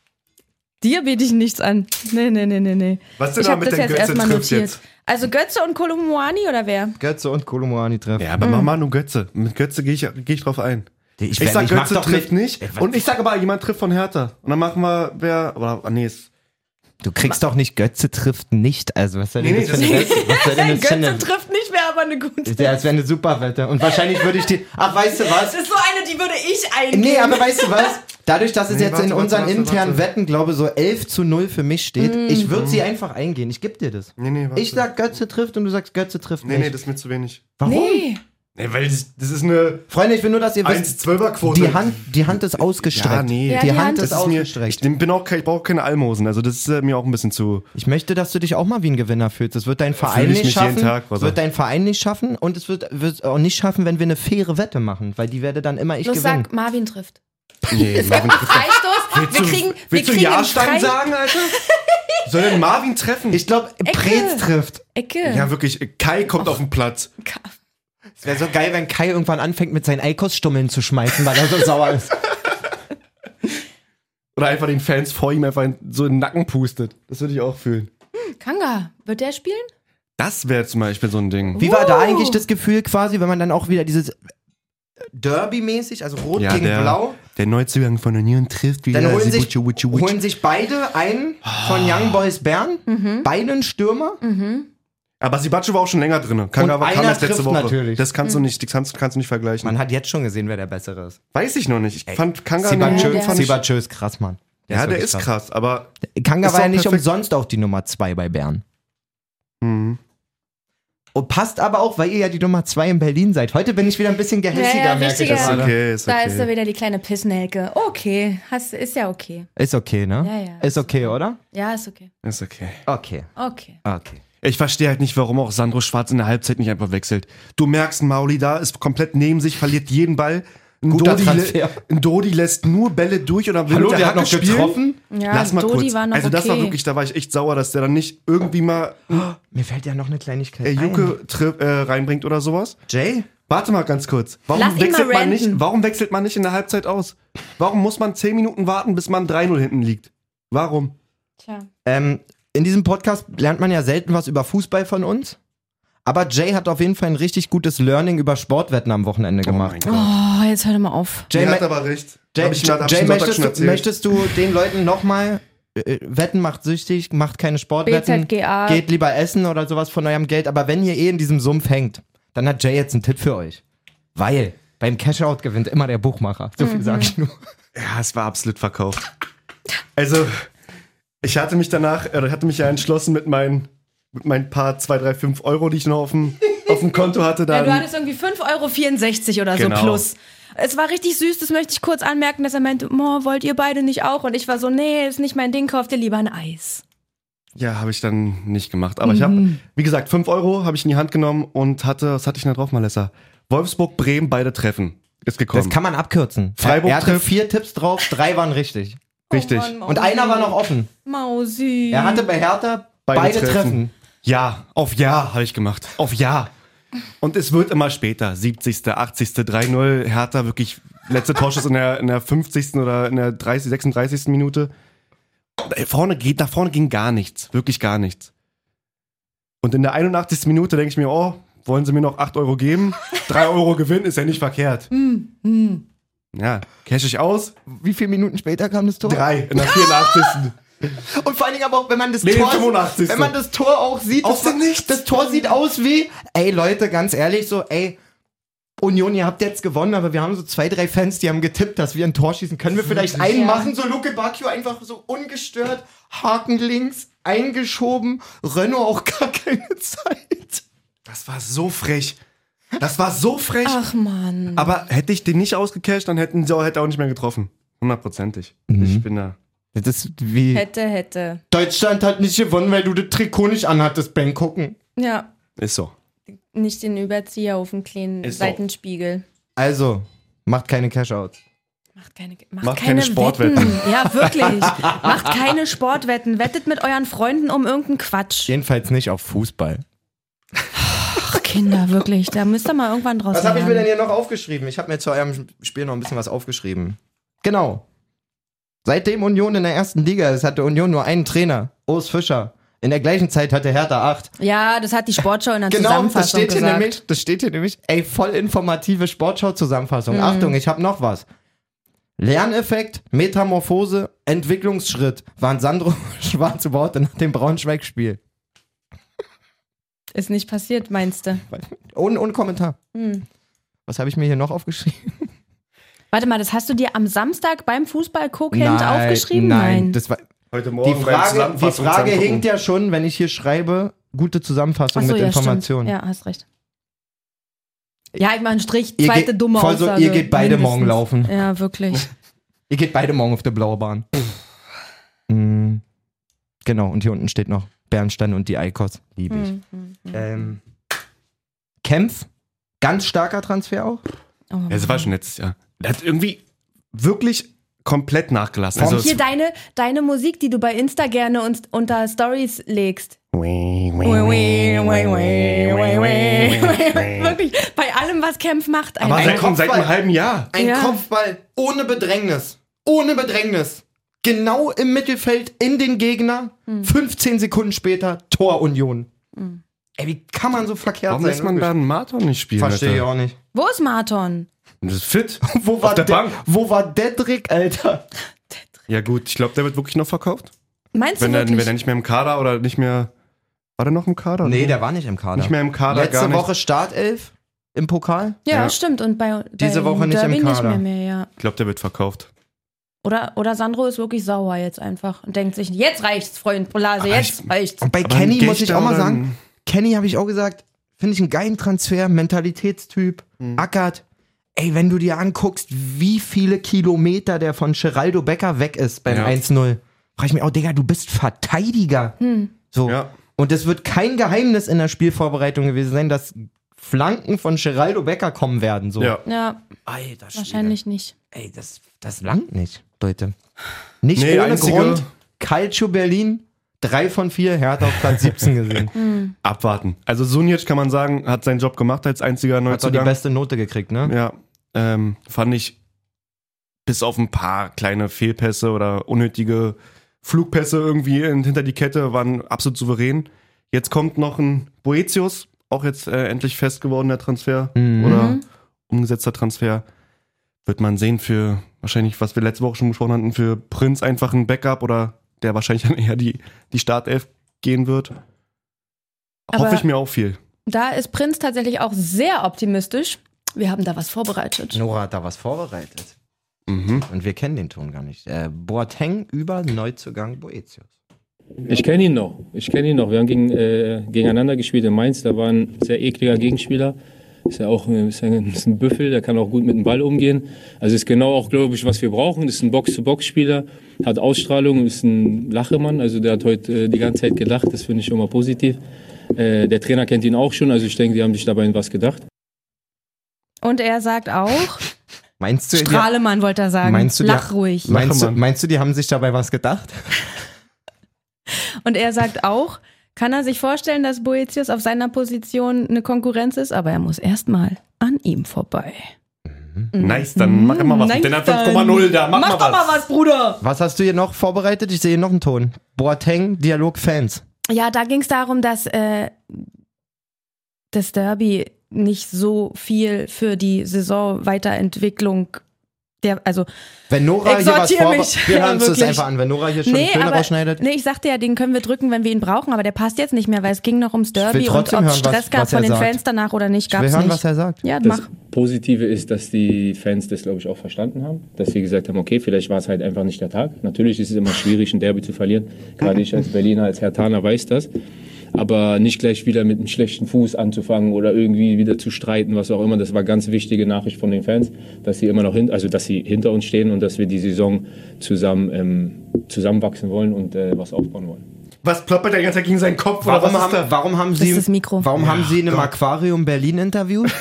S1: Dir biete ich nichts an. Nee, nee, nee, nee, nee.
S3: Was denn
S1: Ich
S3: da
S1: habe
S3: mit
S1: das
S3: dem
S1: jetzt
S3: Götze
S1: erstmal
S3: trifft
S1: notiert.
S3: jetzt?
S1: Also Götze und Kolomoani oder wer?
S2: Götze und Kolomoani treffen.
S3: Ja, aber mach mal nur Götze. Mit Götze gehe ich, geh ich drauf ein.
S2: Ich,
S3: Ich, sag,
S2: ich mach
S3: Götze
S2: doch
S3: trifft
S2: nicht.
S3: nicht. Und ich sag aber, jemand trifft von Hertha. Und dann machen wir, wer, oder, ah, nee, ist,
S2: Du kriegst doch nicht Götze trifft nicht. Also was soll denn
S3: Nee,
S2: das
S3: nee,
S2: für eine Wette? Was soll denn das für
S1: Götze
S2: eine
S1: trifft nicht mehr, aber eine gute.
S2: Ja, das wäre eine super Wette. Und wahrscheinlich würde ich die. Ach, weißt du was?
S1: Das ist so eine, die würde ich eingehen.
S2: Nee, aber weißt du was? Dadurch, dass es
S3: Nee,
S2: jetzt
S3: warte,
S2: in
S3: warte,
S2: unseren
S3: warte,
S2: internen
S3: warte.
S2: Wetten, glaube ich, so elf zu null für mich steht, ich würde sie einfach eingehen. Ich geb dir das.
S3: nee, nee, warte.
S2: Ich sag Götze trifft und du sagst Götze trifft
S3: nee,
S2: nicht.
S3: nee, das ist mir zu wenig.
S2: Warum?
S1: Nee.
S3: Nee, weil das, das ist eine
S2: Freunde, ich will nur, dass ihr wisst,
S3: eins Komma zwölfer Quote.
S2: die Hand, die Hand ist ausgestreckt.
S3: Ja, nee.
S1: Ja,
S2: die,
S1: die
S2: Hand,
S1: Hand
S2: ist
S3: das ist mir,
S2: ausgestreckt.
S3: ich bin auch kein, ich brauche keine Almosen, also das ist äh, mir auch ein bisschen zu.
S2: Ich möchte, dass du dich auch mal wie ein Gewinner fühlst. Das wird dein Verein
S3: Fühl ich
S2: nicht
S3: mich
S2: schaffen.
S3: jeden Tag,
S2: das
S3: Rosa.
S2: wird dein Verein nicht schaffen und es wird, wird auch nicht schaffen, wenn wir eine faire Wette machen, weil die werde dann immer ich
S1: Los,
S2: gewinnen.
S1: sag, Marvin trifft.
S3: Nee, Marvin trifft.
S1: Freistoß. Wir kriegen, wir
S3: Willst du
S1: kriegen einen
S3: Jahrstein
S1: Frei-
S3: sagen, Alter? Soll denn Marvin treffen?
S2: Ich glaube,
S1: Ecke.
S2: Preetz trifft.
S3: ja,
S1: Ecke.
S3: wirklich. Kai kommt auf den Platz.
S2: Es wäre so geil, wenn Kai irgendwann anfängt, mit seinen Eikos-Stummeln zu schmeißen, weil er so sauer ist.
S3: Oder einfach den Fans vor ihm einfach in, so in den Nacken pustet. Das würde ich auch fühlen.
S1: Hm, Kanga, wird der spielen?
S3: Das wäre zum Beispiel so ein Ding.
S2: Wie war da eigentlich das Gefühl quasi, wenn man dann auch wieder dieses Derby-mäßig, also Rot
S3: Ja,
S2: gegen
S3: der,
S2: Blau,
S3: der Neuzugang von Union trifft wieder.
S2: dann holen
S3: sie
S2: sich,
S3: wutschu, wutschu, wutschu.
S2: holen sich beide einen von Young Boys Bern,
S1: Mhm.
S2: beide einen Stürmer.
S3: Aber Sibacho war auch schon länger drin. Kanga
S2: Und
S3: war kam
S2: einer
S3: erst letzte
S2: trifft
S3: Woche.
S2: natürlich.
S3: Das kannst du nicht, die kannst, kannst du nicht vergleichen.
S2: Man hat jetzt schon gesehen, wer der Bessere ist.
S3: Weiß ich noch nicht. Ich fand Kanga
S2: Sibacho
S1: der-
S3: fand ich,
S2: Sibacho ist krass, Mann.
S3: Ja, der
S2: wirklich
S3: ist krass, aber
S2: Kanga
S3: Ist
S2: war ja
S3: auch
S2: nicht
S3: perfekt.
S2: umsonst auch die Nummer zwei bei Bern.
S3: hm.
S2: Und passt aber auch, weil ihr ja die Nummer zwei in Berlin seid. Heute bin ich wieder ein bisschen gehässiger,
S1: Ja, ja,
S2: merke ich
S1: richtiger-
S3: ist
S2: gerade.
S3: okay, ist
S1: Da ist da
S3: okay.
S1: wieder die kleine Pissnelke. Okay, hast, ist ja okay.
S2: Ist okay, ne?
S1: Ja, ja.
S2: Ist okay, oder?
S1: Ja, ist okay.
S3: Ist okay.
S2: Okay,
S1: Okay.
S2: okay.
S3: Ich verstehe halt nicht, warum auch Sandro Schwarz in der Halbzeit nicht einfach wechselt. Du merkst, Mauli da ist komplett neben sich, verliert jeden Ball. Ein
S2: Guter
S3: Dodi,
S2: Transfer.
S3: ein Dodi lässt nur Bälle durch oder will
S2: Hallo,
S3: mit
S2: der
S3: Hacke
S2: hat noch
S3: spielen.
S2: getroffen.
S1: Ja,
S3: Lass mal
S1: Dodi
S3: kurz.
S1: war noch
S3: also das war
S1: okay.
S3: wirklich, da war ich echt sauer, dass der dann nicht irgendwie mal
S2: Mir fällt ja noch eine Kleinigkeit
S3: äh,
S2: ein.
S3: Juke tri- äh, reinbringt oder sowas.
S2: Jay?
S3: Warte mal ganz kurz. Warum
S1: Lass ihn
S3: wechselt
S1: mal
S3: man nicht?
S1: ranten.
S3: Warum wechselt man nicht in der Halbzeit aus? Warum muss man zehn Minuten warten, bis man drei null hinten liegt? Warum?
S1: Tja.
S2: Ähm, in diesem Podcast lernt man ja selten was über Fußball von uns. Aber Jay hat auf jeden Fall ein richtig gutes Learning über Sportwetten am Wochenende gemacht.
S3: Gott.
S1: Oh, jetzt hör doch mal auf.
S2: Jay,
S3: Der hat
S2: me-
S3: aber recht.
S2: Jay,
S3: Hab ich ihm- hab ich
S2: Jay
S3: ihm Sonntag
S2: möchtest,
S3: schon
S2: du,
S3: erzählt.
S2: möchtest du den Leuten nochmal, äh, Wetten macht süchtig, macht keine Sportwetten,
S1: B Z G A.
S2: geht lieber essen oder sowas von eurem Geld. Aber wenn ihr eh in diesem Sumpf hängt, dann hat Jay jetzt einen Tipp für euch. Weil beim Cashout gewinnt immer der Buchmacher. So viel sage ich nur.
S3: Ja, es war absolut verkauft. Also, ich hatte mich danach, oder hatte mich ja entschlossen mit meinen, mit meinen paar zwei, drei, fünf Euro, die ich noch auf dem, auf dem Konto hatte.
S1: Ja,
S3: Dann,
S1: du hattest irgendwie fünf Euro vierundsechzig oder so
S3: Genau.
S1: plus. Es war richtig süß, das möchte ich kurz anmerken, dass er meinte, oh, wollt ihr beide nicht auch? Und ich war so, nee, ist nicht mein Ding, kauft ihr lieber ein Eis.
S3: ja, habe ich dann nicht gemacht. Aber ich habe, wie gesagt, fünf Euro habe ich in die Hand genommen und hatte, was hatte ich denn da drauf, Malessa? Wolfsburg, Bremen, beide treffen. Ist gekommen.
S2: Das kann man abkürzen.
S3: Freiburg
S2: er hatte
S3: trifft.
S2: vier Tipps drauf, drei waren richtig.
S3: Richtig.
S1: Oh Mann, Mausi.
S2: Und einer war noch offen.
S1: Mausi.
S2: Er hatte bei Hertha beide,
S3: Beide
S2: Treffen.
S3: Treffen. Ja, auf Ja habe ich gemacht. Auf Ja. Und es wird immer später. siebzigste, achtzigste, drei null. Hertha wirklich letzte Torschuss in der, in der fünfzigsten oder in der dreißig, sechsunddreißigsten Minute. Da Vorne geht, nach vorne ging gar nichts. Wirklich gar nichts. Und in der einundachtzigsten Minute denke ich mir, oh, wollen sie mir noch acht Euro geben? drei Euro Gewinn ist ja nicht verkehrt. Ja, cash ich aus.
S2: Wie viele Minuten später kam das Tor?
S3: Drei in der vierundachtzigsten
S2: Und vor allen Dingen aber auch, wenn man das
S3: Nee,
S2: Tor,
S3: fünfundachtzigsten
S2: wenn man das Tor auch sieht,
S3: Aus
S2: das,
S3: dem Nichts.
S2: das Tor sieht aus wie, ey Leute, ganz ehrlich, so, ey, Union, ihr habt jetzt gewonnen, aber wir haben so zwei, drei Fans, die haben getippt, dass wir ein Tor schießen. Können wir vielleicht einen
S1: Ja.
S2: machen? So Luke Bacchio einfach so ungestört, Haken links, eingeschoben, Renault auch gar keine Zeit.
S3: Das war so frech. Das war so frech.
S1: Ach Mann.
S3: Aber hätte ich den nicht ausgecasht, dann hätten sie auch, hätte er auch nicht mehr getroffen. Hundertprozentig.
S2: Mhm.
S3: Ich bin da.
S2: Das ist wie,
S1: Hätte, hätte.
S2: Deutschland hat nicht gewonnen, weil du das Trikot nicht anhattest beim Gucken.
S1: Ja,
S3: Ist so.
S1: nicht den Überzieher auf dem kleinen
S3: Ist so.
S1: Seitenspiegel.
S2: Also, macht keine Cash-Outs.
S1: Macht keine, macht
S3: Macht
S1: keine,
S3: keine Sportwetten.
S1: Wetten. Ja, wirklich. Macht keine Sportwetten. Wettet mit euren Freunden um irgendeinen Quatsch.
S2: Jedenfalls nicht auf Fußball.
S1: Ach, Kinder, wirklich. Da müsst ihr mal irgendwann draus
S2: Was habe ich mir denn
S1: lernen.
S2: hier noch aufgeschrieben? Ich habe mir zu eurem Spiel noch ein bisschen was aufgeschrieben. Genau. Seitdem Union in der ersten Liga ist, hatte Union nur einen Trainer, Urs Fischer. In der gleichen Zeit hatte Hertha acht.
S1: Ja, das hat die Sportschau in der
S2: Genau, das
S1: Zusammenfassung
S2: steht hier
S1: gesagt.
S2: nämlich, das steht hier nämlich, ey, voll informative Sportschau-Zusammenfassung.
S1: Mhm.
S2: Achtung, ich habe noch was. Lerneffekt, Metamorphose, Entwicklungsschritt waren Sandro schwarze Worte nach dem Braunschweig-Spiel.
S1: Ist nicht passiert, meinst du?
S2: Ohne, ohne Kommentar.
S1: Hm.
S2: Was habe ich mir hier noch aufgeschrieben?
S1: Warte mal, das hast du dir am Samstag beim Fußball-Cookend aufgeschrieben?
S2: Nein, das war,
S3: Heute
S2: die
S3: Morgen
S2: Frage, die Frage hinkt ja schon, wenn ich hier schreibe, gute Zusammenfassung
S1: Achso,
S2: mit
S1: ja,
S2: Informationen.
S1: stimmt. Ja, hast recht. Ja, ich mache einen Strich,
S2: Ihr
S1: zweite
S2: geht-
S1: dumme
S2: voll so,
S1: Aussage.
S2: ihr geht beide
S1: mindestens.
S2: morgen laufen.
S1: Ja, wirklich.
S2: Ihr geht beide morgen auf der blaue Bahn. Mm, genau, und hier unten steht noch Bernstein und die Eikos. Liebe ich.
S1: Hm, hm, hm.
S2: Ähm, Kempf, ganz starker Transfer auch.
S1: Oh,
S3: Ja, das war schon letztes Jahr. Der hat irgendwie wirklich komplett nachgelassen.
S1: Also
S3: Also
S1: hier deine, deine Musik, die du bei Insta gerne uns unter Stories legst. Wirklich, bei allem, Kämpfen, was Kempf macht.
S3: Aber
S1: einfach.
S3: seit,
S2: Kopfball.
S3: seit einem halben Jahr.
S2: Ein
S1: Ja.
S2: Kopfball ohne Bedrängnis. Ohne Bedrängnis. Genau im Mittelfeld in den Gegner.
S1: Hm.
S2: fünfzehn Sekunden später Tor Union. Ey, wie kann man so verkehrt
S3: Warum
S2: sein?
S3: lässt man da einen Marathon nicht spielen?
S2: Verstehe ich
S3: Alter?
S2: auch nicht.
S1: Wo ist Marton?
S3: Das ist fit.
S2: Wo war,
S3: Auf der
S2: der,
S3: Bank.
S2: wo war Dedrick, Alter?
S3: Ja gut, ich glaube, der wird wirklich noch verkauft.
S1: Meinst
S3: Wenn
S1: du
S3: er,
S1: wirklich?
S3: wenn er nicht mehr im Kader oder nicht mehr... War der noch im Kader?
S2: Nee,
S3: oder?
S2: der war nicht im Kader.
S3: Nicht mehr im Kader,
S2: Letzte
S3: gar nicht.
S2: Woche Startelf im Pokal.
S1: ja,
S3: Ja.
S1: stimmt. Und bei,
S2: Diese
S1: bei
S2: Woche nicht
S1: Derby
S2: im
S1: nicht
S2: Kader.
S1: mehr, mehr, ja.
S3: Ich glaube, der wird verkauft.
S1: Oder, oder Sandro ist wirklich sauer jetzt einfach und denkt sich, jetzt reicht's, Freund Polase,
S3: Aber
S1: jetzt
S3: ich-
S1: reicht's.
S2: Und bei
S3: Aber
S2: Kenny
S3: ein
S2: muss ich
S3: Gechter
S2: auch mal
S3: oder
S2: sagen,
S3: ein-
S2: Kenny habe ich auch gesagt, finde ich einen geilen Transfer, Mentalitätstyp,
S3: Mhm.
S2: ackert. Ey, wenn du dir anguckst, wie viele Kilometer der von Geraldo Becker weg ist beim
S3: Ja.
S2: eins null, frage ich mich auch, Digga, du bist Verteidiger. So.
S3: Ja.
S2: Und es wird kein Geheimnis in der Spielvorbereitung gewesen sein, dass Flanken von Geraldo Becker kommen werden. So.
S3: Ja.
S1: Ja,
S2: Alter Schwede.
S1: wahrscheinlich nicht.
S2: Ey, das, das langt nicht, Leute. Nicht
S3: Nee,
S2: ohne
S3: einzige-
S2: Grund. Calcio Berlin, drei von vier, Hertha auf Platz siebzehn gesehen.
S3: Abwarten. Also Sunic, kann man sagen, hat seinen Job gemacht als einziger
S2: Hat doch die
S3: Neuzugang.
S2: beste Note gekriegt, ne?
S3: Ja, ähm, fand ich bis auf ein paar kleine Fehlpässe oder unnötige Flugpässe irgendwie in, hinter die Kette waren absolut souverän. Jetzt kommt noch ein Boetius, auch jetzt äh, endlich fest geworden, der Transfer
S2: Mhm.
S3: oder umgesetzter Transfer. Wird man sehen für wahrscheinlich, was wir letzte Woche schon besprochen hatten, für Prinz einfach ein Backup oder der wahrscheinlich dann eher die, die Startelf gehen wird.
S1: Aber-
S3: Hoffe ich mir auch viel.
S1: Da ist Prinz tatsächlich auch sehr optimistisch. Wir haben da was vorbereitet.
S2: Nora hat da was vorbereitet.
S3: Mhm.
S2: Und wir kennen den Ton gar nicht. Äh, Boateng über Neuzugang Boetius.
S5: Ich kenne ihn noch. Ich kenne ihn noch. Wir haben gegen, äh, gegeneinander gespielt in Mainz. Da war ein sehr ekliger Gegenspieler. Ist ja auch ein, ist ein, ist ein Büffel, der kann auch gut mit dem Ball umgehen. Also ist genau auch, glaube ich, was wir brauchen. Ist ein Box-to-Box-Spieler, hat Ausstrahlung, ist ein Lachemann. Also der hat heute äh, die ganze Zeit gelacht. Das finde ich schon mal positiv. Äh, der Trainer kennt ihn auch schon. Also ich denke, die haben sich dabei was gedacht.
S1: Und er sagt auch,
S2: Meinst du, die,
S1: Strahlemann wollte er sagen,
S2: Meinst du,
S1: lach
S2: die,
S1: ruhig.
S2: meinst, du,
S3: Lache, Mann.
S2: meinst du, die haben sich dabei was gedacht?
S1: Und er sagt auch, kann er sich vorstellen, dass Boetius auf seiner Position eine Konkurrenz ist, aber er muss erstmal an ihm vorbei.
S3: Nice, dann mach immer was.
S1: Nice,
S3: Denn er
S1: dann.
S3: fünf Komma null da, mach,
S1: Mach
S3: mal
S1: doch
S3: was.
S1: mal was, Bruder!
S2: Was hast du hier noch vorbereitet? Ich sehe hier noch einen Ton. Boateng, Dialog Fans.
S1: Ja, da ging es darum, dass äh, das Derby nicht so viel für die Saisonweiterentwicklung der, also
S2: Wenn Nora
S1: Ich
S2: hier was
S1: sortiere
S2: vorbe-
S1: mich.
S2: wir
S1: Ja,
S2: hören uns das
S1: wirklich.
S2: einfach an. Wenn Nora hier schon
S1: nee,
S2: Töne
S1: aber,
S2: rausschneidet.
S1: nee, ich sagte ja, den können wir drücken, wenn wir ihn brauchen, aber der passt jetzt nicht mehr, weil es ging noch ums Derby und
S2: trotzdem
S1: ob es
S2: hören, was-
S1: Stress gab
S2: was er
S1: von den
S2: sagt.
S1: Fans danach oder nicht,
S2: Ich
S1: gab
S2: will
S1: es
S2: hören,
S1: nicht.
S2: was er sagt.
S1: Ja,
S5: Das
S1: mach.
S5: Positive ist, dass die Fans das, glaube ich, auch verstanden haben. Dass wir gesagt haben, okay, vielleicht war es halt einfach nicht der Tag. Natürlich ist es immer schwierig, ein Derby zu verlieren. Gerade ich als Berliner, als Hertaner weiß das. Aber nicht gleich wieder mit einem schlechten Fuß anzufangen oder irgendwie wieder zu streiten, was auch immer. Das war ganz wichtige Nachricht von den Fans, dass sie immer noch hin, also dass sie hinter uns stehen und dass wir die Saison zusammen ähm, zusammenwachsen wollen und äh, was aufbauen wollen.
S3: Was plappert der ganze Zeit gegen seinen Kopf? Oder
S2: Warum
S3: was
S2: haben,
S3: ist da?
S2: warum haben
S1: Das
S2: Sie,
S1: ist das Mikro.
S2: warum haben Sie in einem Aquarium Berlin interviewt?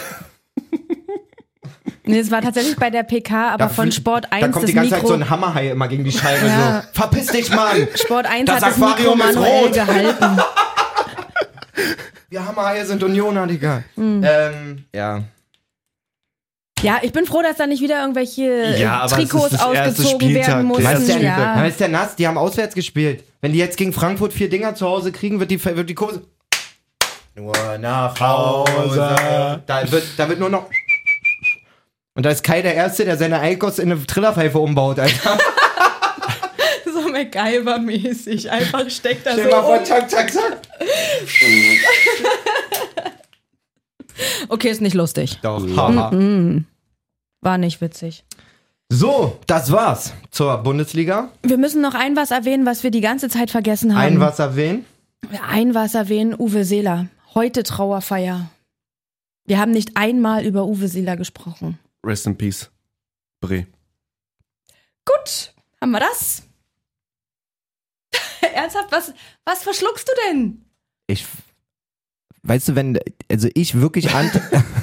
S1: Nee, es war tatsächlich bei der P K, aber
S2: Da
S1: von
S2: fl-
S1: Sport eins
S2: Da kommt
S1: das
S2: die ganze
S1: Mikro.
S2: Zeit so ein Hammerhai immer gegen die Scheibe.
S1: Ja.
S2: So, verpiss dich, Mann!
S1: Sport eins
S2: Das
S1: hat das Mikro
S2: Aquarium ist
S1: manuell
S2: rot.
S1: gehalten.
S2: Wir Hammerhaie sind Unioner, Digga.
S1: Hm.
S2: Ähm, ja.
S1: Ja, ich bin froh, dass da nicht wieder irgendwelche
S3: Ja, aber es
S1: Trikots
S3: ist das erste
S1: ausgezogen
S3: Spieltag.
S1: werden
S3: Das
S1: mussten.
S2: Weißt du, der,
S1: Ja.
S2: ist der nass? Die haben auswärts gespielt. Wenn die jetzt gegen Frankfurt vier Dinger zu Hause kriegen, wird die, wird die Kurve. Nur nach Hause. Da wird, da wird nur noch. Und da ist Kai der Erste, der seine Eikos in eine Trillerpfeife umbaut, Alter.
S1: So MacGyver-mäßig. Einfach steckt da
S2: Stell
S1: so
S2: mal vor,
S1: um.
S2: zack, zack, zack.
S1: Okay, ist nicht lustig.
S2: Doch, haha.
S1: War nicht witzig.
S2: So, das war's zur Bundesliga.
S1: Wir müssen noch ein was erwähnen, was wir die ganze Zeit vergessen haben.
S2: Ein was erwähnen.
S1: Ein was erwähnen, Uwe Seeler. Heute Trauerfeier. Wir haben nicht einmal über Uwe Seeler gesprochen.
S3: Rest in Peace. Bre.
S1: Gut, haben wir das? Ernsthaft, was, was verschluckst du denn?
S2: Ich, weißt du, wenn, also ich wirklich an,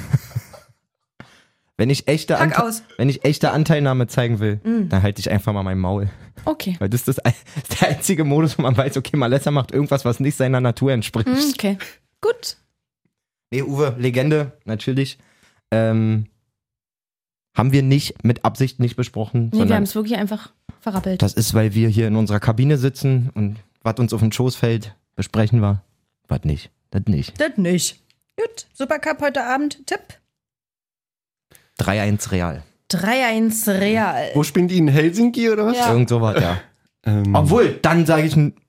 S2: wenn ich echte,
S1: Pack
S2: Ante-
S1: aus.
S2: wenn ich echte Anteilnahme zeigen will,
S1: Mm.
S2: dann halte ich einfach mal mein Maul.
S1: Okay.
S2: Weil das ist, das, ist der einzige Modus, wo man weiß, okay, Malessa macht irgendwas, was nicht seiner Natur entspricht.
S1: Mm, Okay. Gut.
S2: Nee, Uwe, Legende, natürlich. ähm, haben wir nicht, mit Absicht nicht besprochen,
S1: Nee, wir
S2: sondern
S1: haben es wirklich einfach verrappelt.
S2: das ist, weil wir hier in unserer Kabine sitzen und was uns auf den Schoß fällt, besprechen wir. Was nicht, das nicht.
S1: Das nicht. Gut, Supercup heute Abend, Tipp.
S2: drei eins Real.
S1: drei eins Real.
S3: Wo spielen die? In Helsinki oder was?
S1: Ja.
S2: Irgend sowas, ja.
S3: Ähm,
S2: Obwohl, dann sage ich ein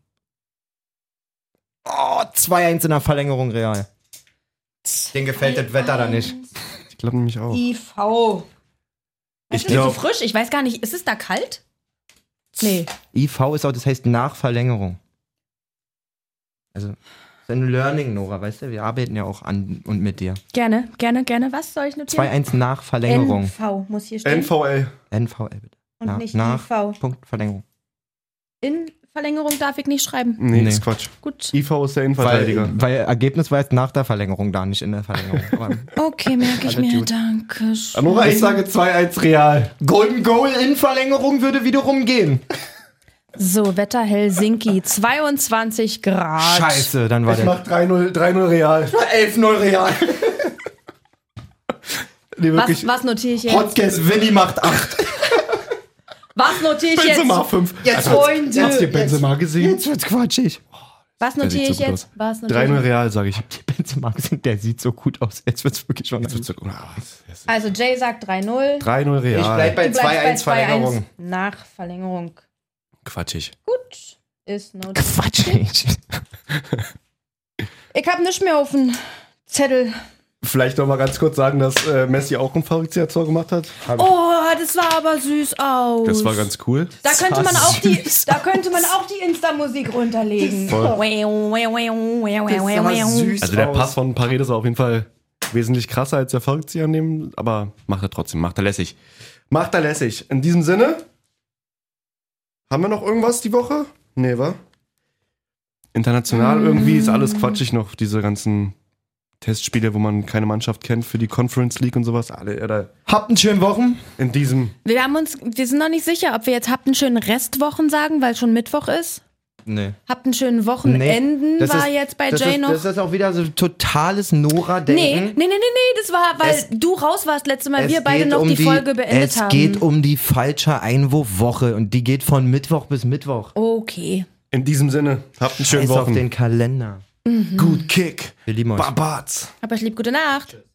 S2: oh, zwei eins in der Verlängerung Real. Den gefällt das Wetter da nicht.
S3: ich glaube nämlich auch.
S1: I V.
S3: Ich
S1: Ich ist so
S3: glaub-
S1: frisch, ich weiß gar nicht, ist es da kalt? Nee.
S2: I V ist auch, das heißt nach Verlängerung. Also, das ist ein Learning, Nora, weißt du? Wir arbeiten ja auch an und mit dir.
S1: Gerne, gerne, gerne. Was soll ich notieren?
S2: zwei eins nach Verlängerung.
S1: N V muss hier stehen.
S3: N V L.
S2: N V L bitte.
S1: Und
S2: Na,
S1: nicht
S2: nach
S1: I V.
S2: Punkt Verlängerung.
S1: In Verlängerung darf ich nicht schreiben.
S3: Nee,
S2: Nee.
S3: das ist Quatsch.
S1: Gut.
S3: I V ist der Innenverteidiger.
S2: Weil, weil Ergebnis war jetzt nach der Verlängerung da, nicht in der Verlängerung. Aber
S1: Okay, merke ich
S2: Alles
S1: mir.
S2: gut.
S1: Danke.
S3: Nora, ich sage zwei eins Real.
S2: Golden Goal in Verlängerung würde wiederum gehen.
S1: So, Wetter Helsinki, zweiundzwanzig Grad.
S2: Scheiße, dann war
S3: Ich
S2: der
S3: mach drei null Real.
S2: elf null Real.
S3: Nee, wirklich.
S1: Was, was notiere ich jetzt?
S2: Podcast Winnie macht acht.
S1: Was notiere ich
S3: Benzema
S1: jetzt?
S3: fünf.
S1: Jetzt,
S3: Also,
S1: Freunde.
S3: Habt ihr Benzema gesehen?
S2: Jetzt wird's quatschig.
S1: Was
S3: Der
S1: notiere
S3: sieht
S1: ich
S3: so gut
S1: jetzt? Was notiere
S3: drei null
S1: ich?
S3: Real, sage ich.
S2: Die Benzema gesehen, der sieht so gut aus. Jetzt wird's wirklich schon.
S3: Jetzt wird's so- ah, das ist-
S1: Also Jay sagt drei null.
S3: drei null Real.
S2: Ich bleib bei
S1: Du bleibst
S2: zwei eins
S1: bei zwei eins
S2: Verlängerung.
S1: nach Verlängerung.
S3: Quatschig.
S1: Gut. Ist no
S2: Quatschig.
S1: Ich hab nichts mehr auf dem Zettel.
S3: Vielleicht noch mal ganz kurz sagen, dass äh, Messi auch ein Verrücktheitstor gemacht hat.
S1: Oh, das sah aber süß aus.
S3: Das war ganz cool.
S1: Da könnte man
S2: sah
S1: auch die,
S2: süß
S1: da könnte man auch die Insta-Musik runterlegen.
S3: Also der Pass von Paredes war auf jeden Fall wesentlich krasser als der Verrücktzieher an dem, aber macht er trotzdem, macht er lässig. Macht er lässig. In diesem Sinne, haben wir noch irgendwas die Woche? Nee, wa? International irgendwie ist alles quatschig noch, diese ganzen Testspiele, wo man keine Mannschaft kennt für die Conference League und sowas. Alle oder
S2: Habt einen schönen Wochen.
S3: in diesem.
S1: Wir haben uns, wir sind noch nicht sicher, ob wir jetzt habt einen schönen Restwochen sagen, weil schon Mittwoch ist.
S2: Nee.
S1: Habt einen schönen Wochenenden
S2: Das
S1: war
S2: ist-
S1: jetzt bei
S2: das
S1: Jay
S2: ist,
S1: noch.
S2: Das ist auch wieder so totales
S1: Nee,
S2: Nora-Denken.
S1: nee, nee, nee, nee, das war, weil
S2: Es-
S1: du raus warst letztes Mal,
S2: Es
S1: wir beide
S2: geht
S1: noch
S2: um
S1: die Folge beendet
S2: es
S1: haben.
S2: Es geht um die falsche Einwurfwoche und die geht von Mittwoch bis Mittwoch.
S1: Okay.
S3: In diesem Sinne, habt einen schönen
S2: Scheiß auf
S3: Wochen.
S2: den Kalender.
S3: Gut Kick.
S2: Wir lieben euch.
S3: Babatz.
S1: Aber ich lieb, gute Nacht.